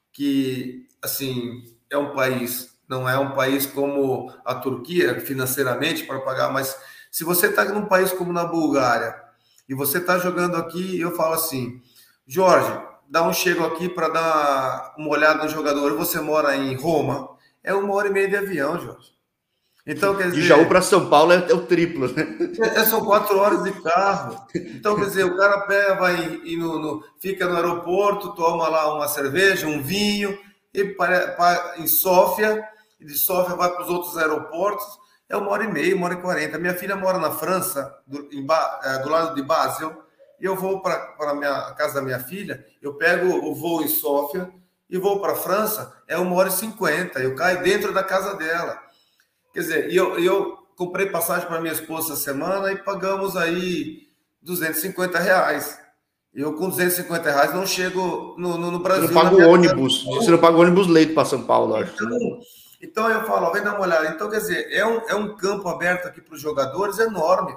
que, assim, é um país, não é um país como a Turquia, financeiramente, para pagar, mas... Se você está num país como na Bulgária e você está jogando aqui, eu falo assim, Jorge, dá um chego aqui para dar uma olhada no jogador. Você mora em Roma, é uma hora e meia de avião, Jorge. Então, quer dizer... De Jaú para São Paulo é, é o triplo, né? É, são quatro horas de carro. Então, quer dizer, o cara pega, vai e no, no, fica no aeroporto, toma lá uma cerveja, um vinho, e para, para, em Sófia, e de Sófia vai para os outros aeroportos. É uma hora e meia, uma hora e quarenta. Minha filha mora na França, do, em, do lado de Basel, e eu vou para a casa da minha filha, eu pego o voo em Sófia e vou para a França, é uma hora e cinquenta. Eu caio dentro da casa dela. Quer dizer, eu, eu comprei passagem para minha esposa essa semana e pagamos aí duzentos e cinquenta reais. Eu com duzentos e cinquenta reais não chego no, no, no Brasil. Você não paga o ônibus, você não paga o ônibus leito para São Paulo, acho. Então, Então eu falo, ó, vem dar uma olhada. Então, quer dizer, é um, é um campo aberto aqui para os jogadores enorme,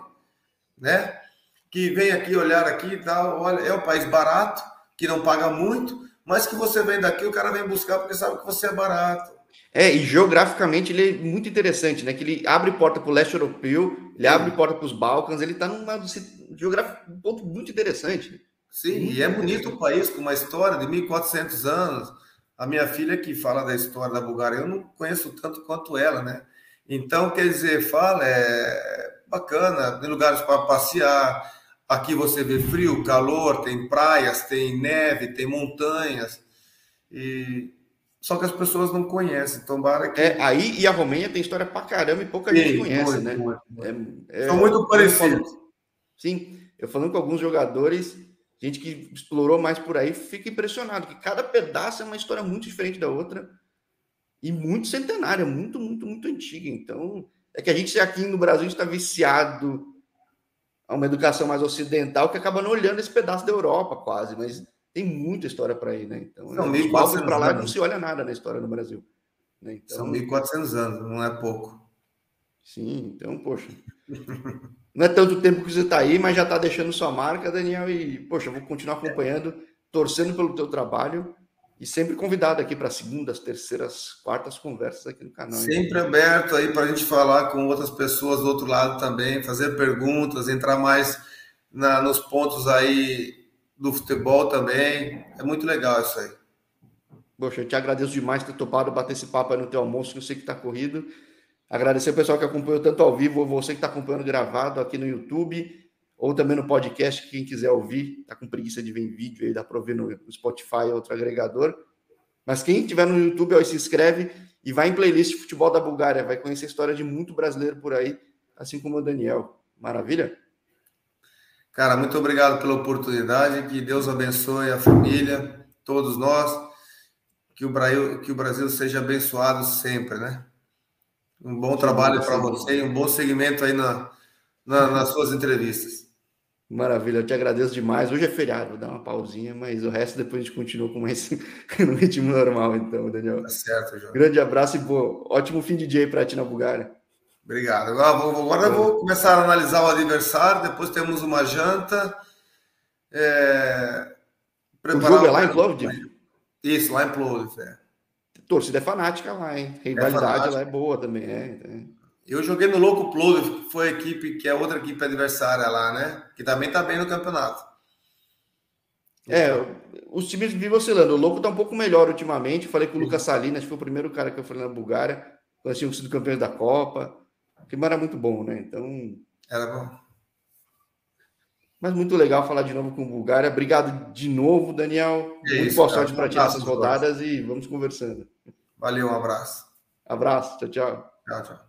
né? Que vem aqui olhar aqui e tal. Olha, é um país barato, que não paga muito, mas que você vem daqui, o cara vem buscar porque sabe que você é barato. É, e geograficamente ele é muito interessante, né? Que ele abre porta para o leste europeu, ele Sim. abre porta para os Balcãs, ele está num geográfico um ponto muito interessante. Sim, muito e é bonito o país, com uma história de mil e quatrocentos anos. A minha filha que fala da história da Bulgária, eu não conheço tanto quanto ela, né? Então, quer dizer, fala, é bacana, tem lugares para passear. Aqui você vê frio, calor, tem praias, tem neve, tem montanhas. E... Só que as pessoas não conhecem. Então, Bara que... é, aí e a Romênia tem história pra caramba e pouca sim, gente conhece, muito, né? Muito, muito. É, São é, muito parecidos. Sim, eu falando com alguns jogadores... Gente que explorou mais por aí fica impressionado, que cada pedaço é uma história muito diferente da outra e muito centenária, muito, muito, muito antiga. Então, é que a gente aqui no Brasil está viciado a uma educação mais ocidental que acaba não olhando esse pedaço da Europa quase, mas tem muita história para aí, né? Então, São os balcos para lá não se olha nada na história no Brasil. Né? Então, São mil e quatrocentos anos, não é pouco. Sim, então, poxa... Não é tanto tempo que você está aí, mas já está deixando sua marca, Daniel, e, poxa, eu vou continuar acompanhando, torcendo pelo teu trabalho e sempre convidado aqui para segundas, terceiras, quartas conversas aqui no canal. Sempre hein? Aberto aí para a gente falar com outras pessoas do outro lado também, fazer perguntas, entrar mais na, nos pontos aí do futebol também. É muito legal isso aí. Poxa, eu te agradeço demais por ter topado bater esse papo aí no teu almoço, que eu sei que está corrido. Agradecer ao pessoal que acompanhou tanto ao vivo, ou você que está acompanhando gravado aqui no YouTube, ou também no podcast, quem quiser ouvir, está com preguiça de ver em vídeo, aí dá para ouvir no Spotify, outro agregador. Mas quem estiver no YouTube, ó, se inscreve e vai em playlist de futebol da Bulgária, vai conhecer a história de muito brasileiro por aí, assim como o Daniel. Maravilha? Cara, muito obrigado pela oportunidade, que Deus abençoe a família, todos nós, que o Brasil, que o Brasil seja abençoado sempre, né? Um bom trabalho para você e um bom segmento aí na, na, nas suas entrevistas. Maravilha, eu te agradeço demais. Hoje é feriado, vou dar uma pausinha, mas o resto depois a gente continua com esse no ritmo normal, então, Daniel. Tá certo, João. Grande abraço e pô, ótimo fim de dia para ti na Bulgária. Obrigado. Agora, vou, agora eu vou começar a analisar o adversário, depois temos uma janta. É... O jogo é lá em Plovdiv? Isso, lá em Plovdiv, é. Torcida é fanática lá, hein? Rivalidade é lá é boa também, é. Eu joguei no Louco Plovdiv, que foi a equipe, que é outra equipe adversária lá, né? Que também tá bem no campeonato. É, os times vivem oscilando. O Louco tá um pouco melhor ultimamente. Falei com o Lucas Salinas, foi o primeiro cara que eu falei na Bulgária. Nós tínhamos sido campeões da Copa. O clima era muito bom, né? Então. Era bom. Mas muito legal falar de novo com o Bulgária. Obrigado de novo, Daniel. É muito isso, boa sorte para ti um nessas rodadas e vamos conversando. Valeu, um abraço. Abraço, tchau, tchau. Tchau, tchau.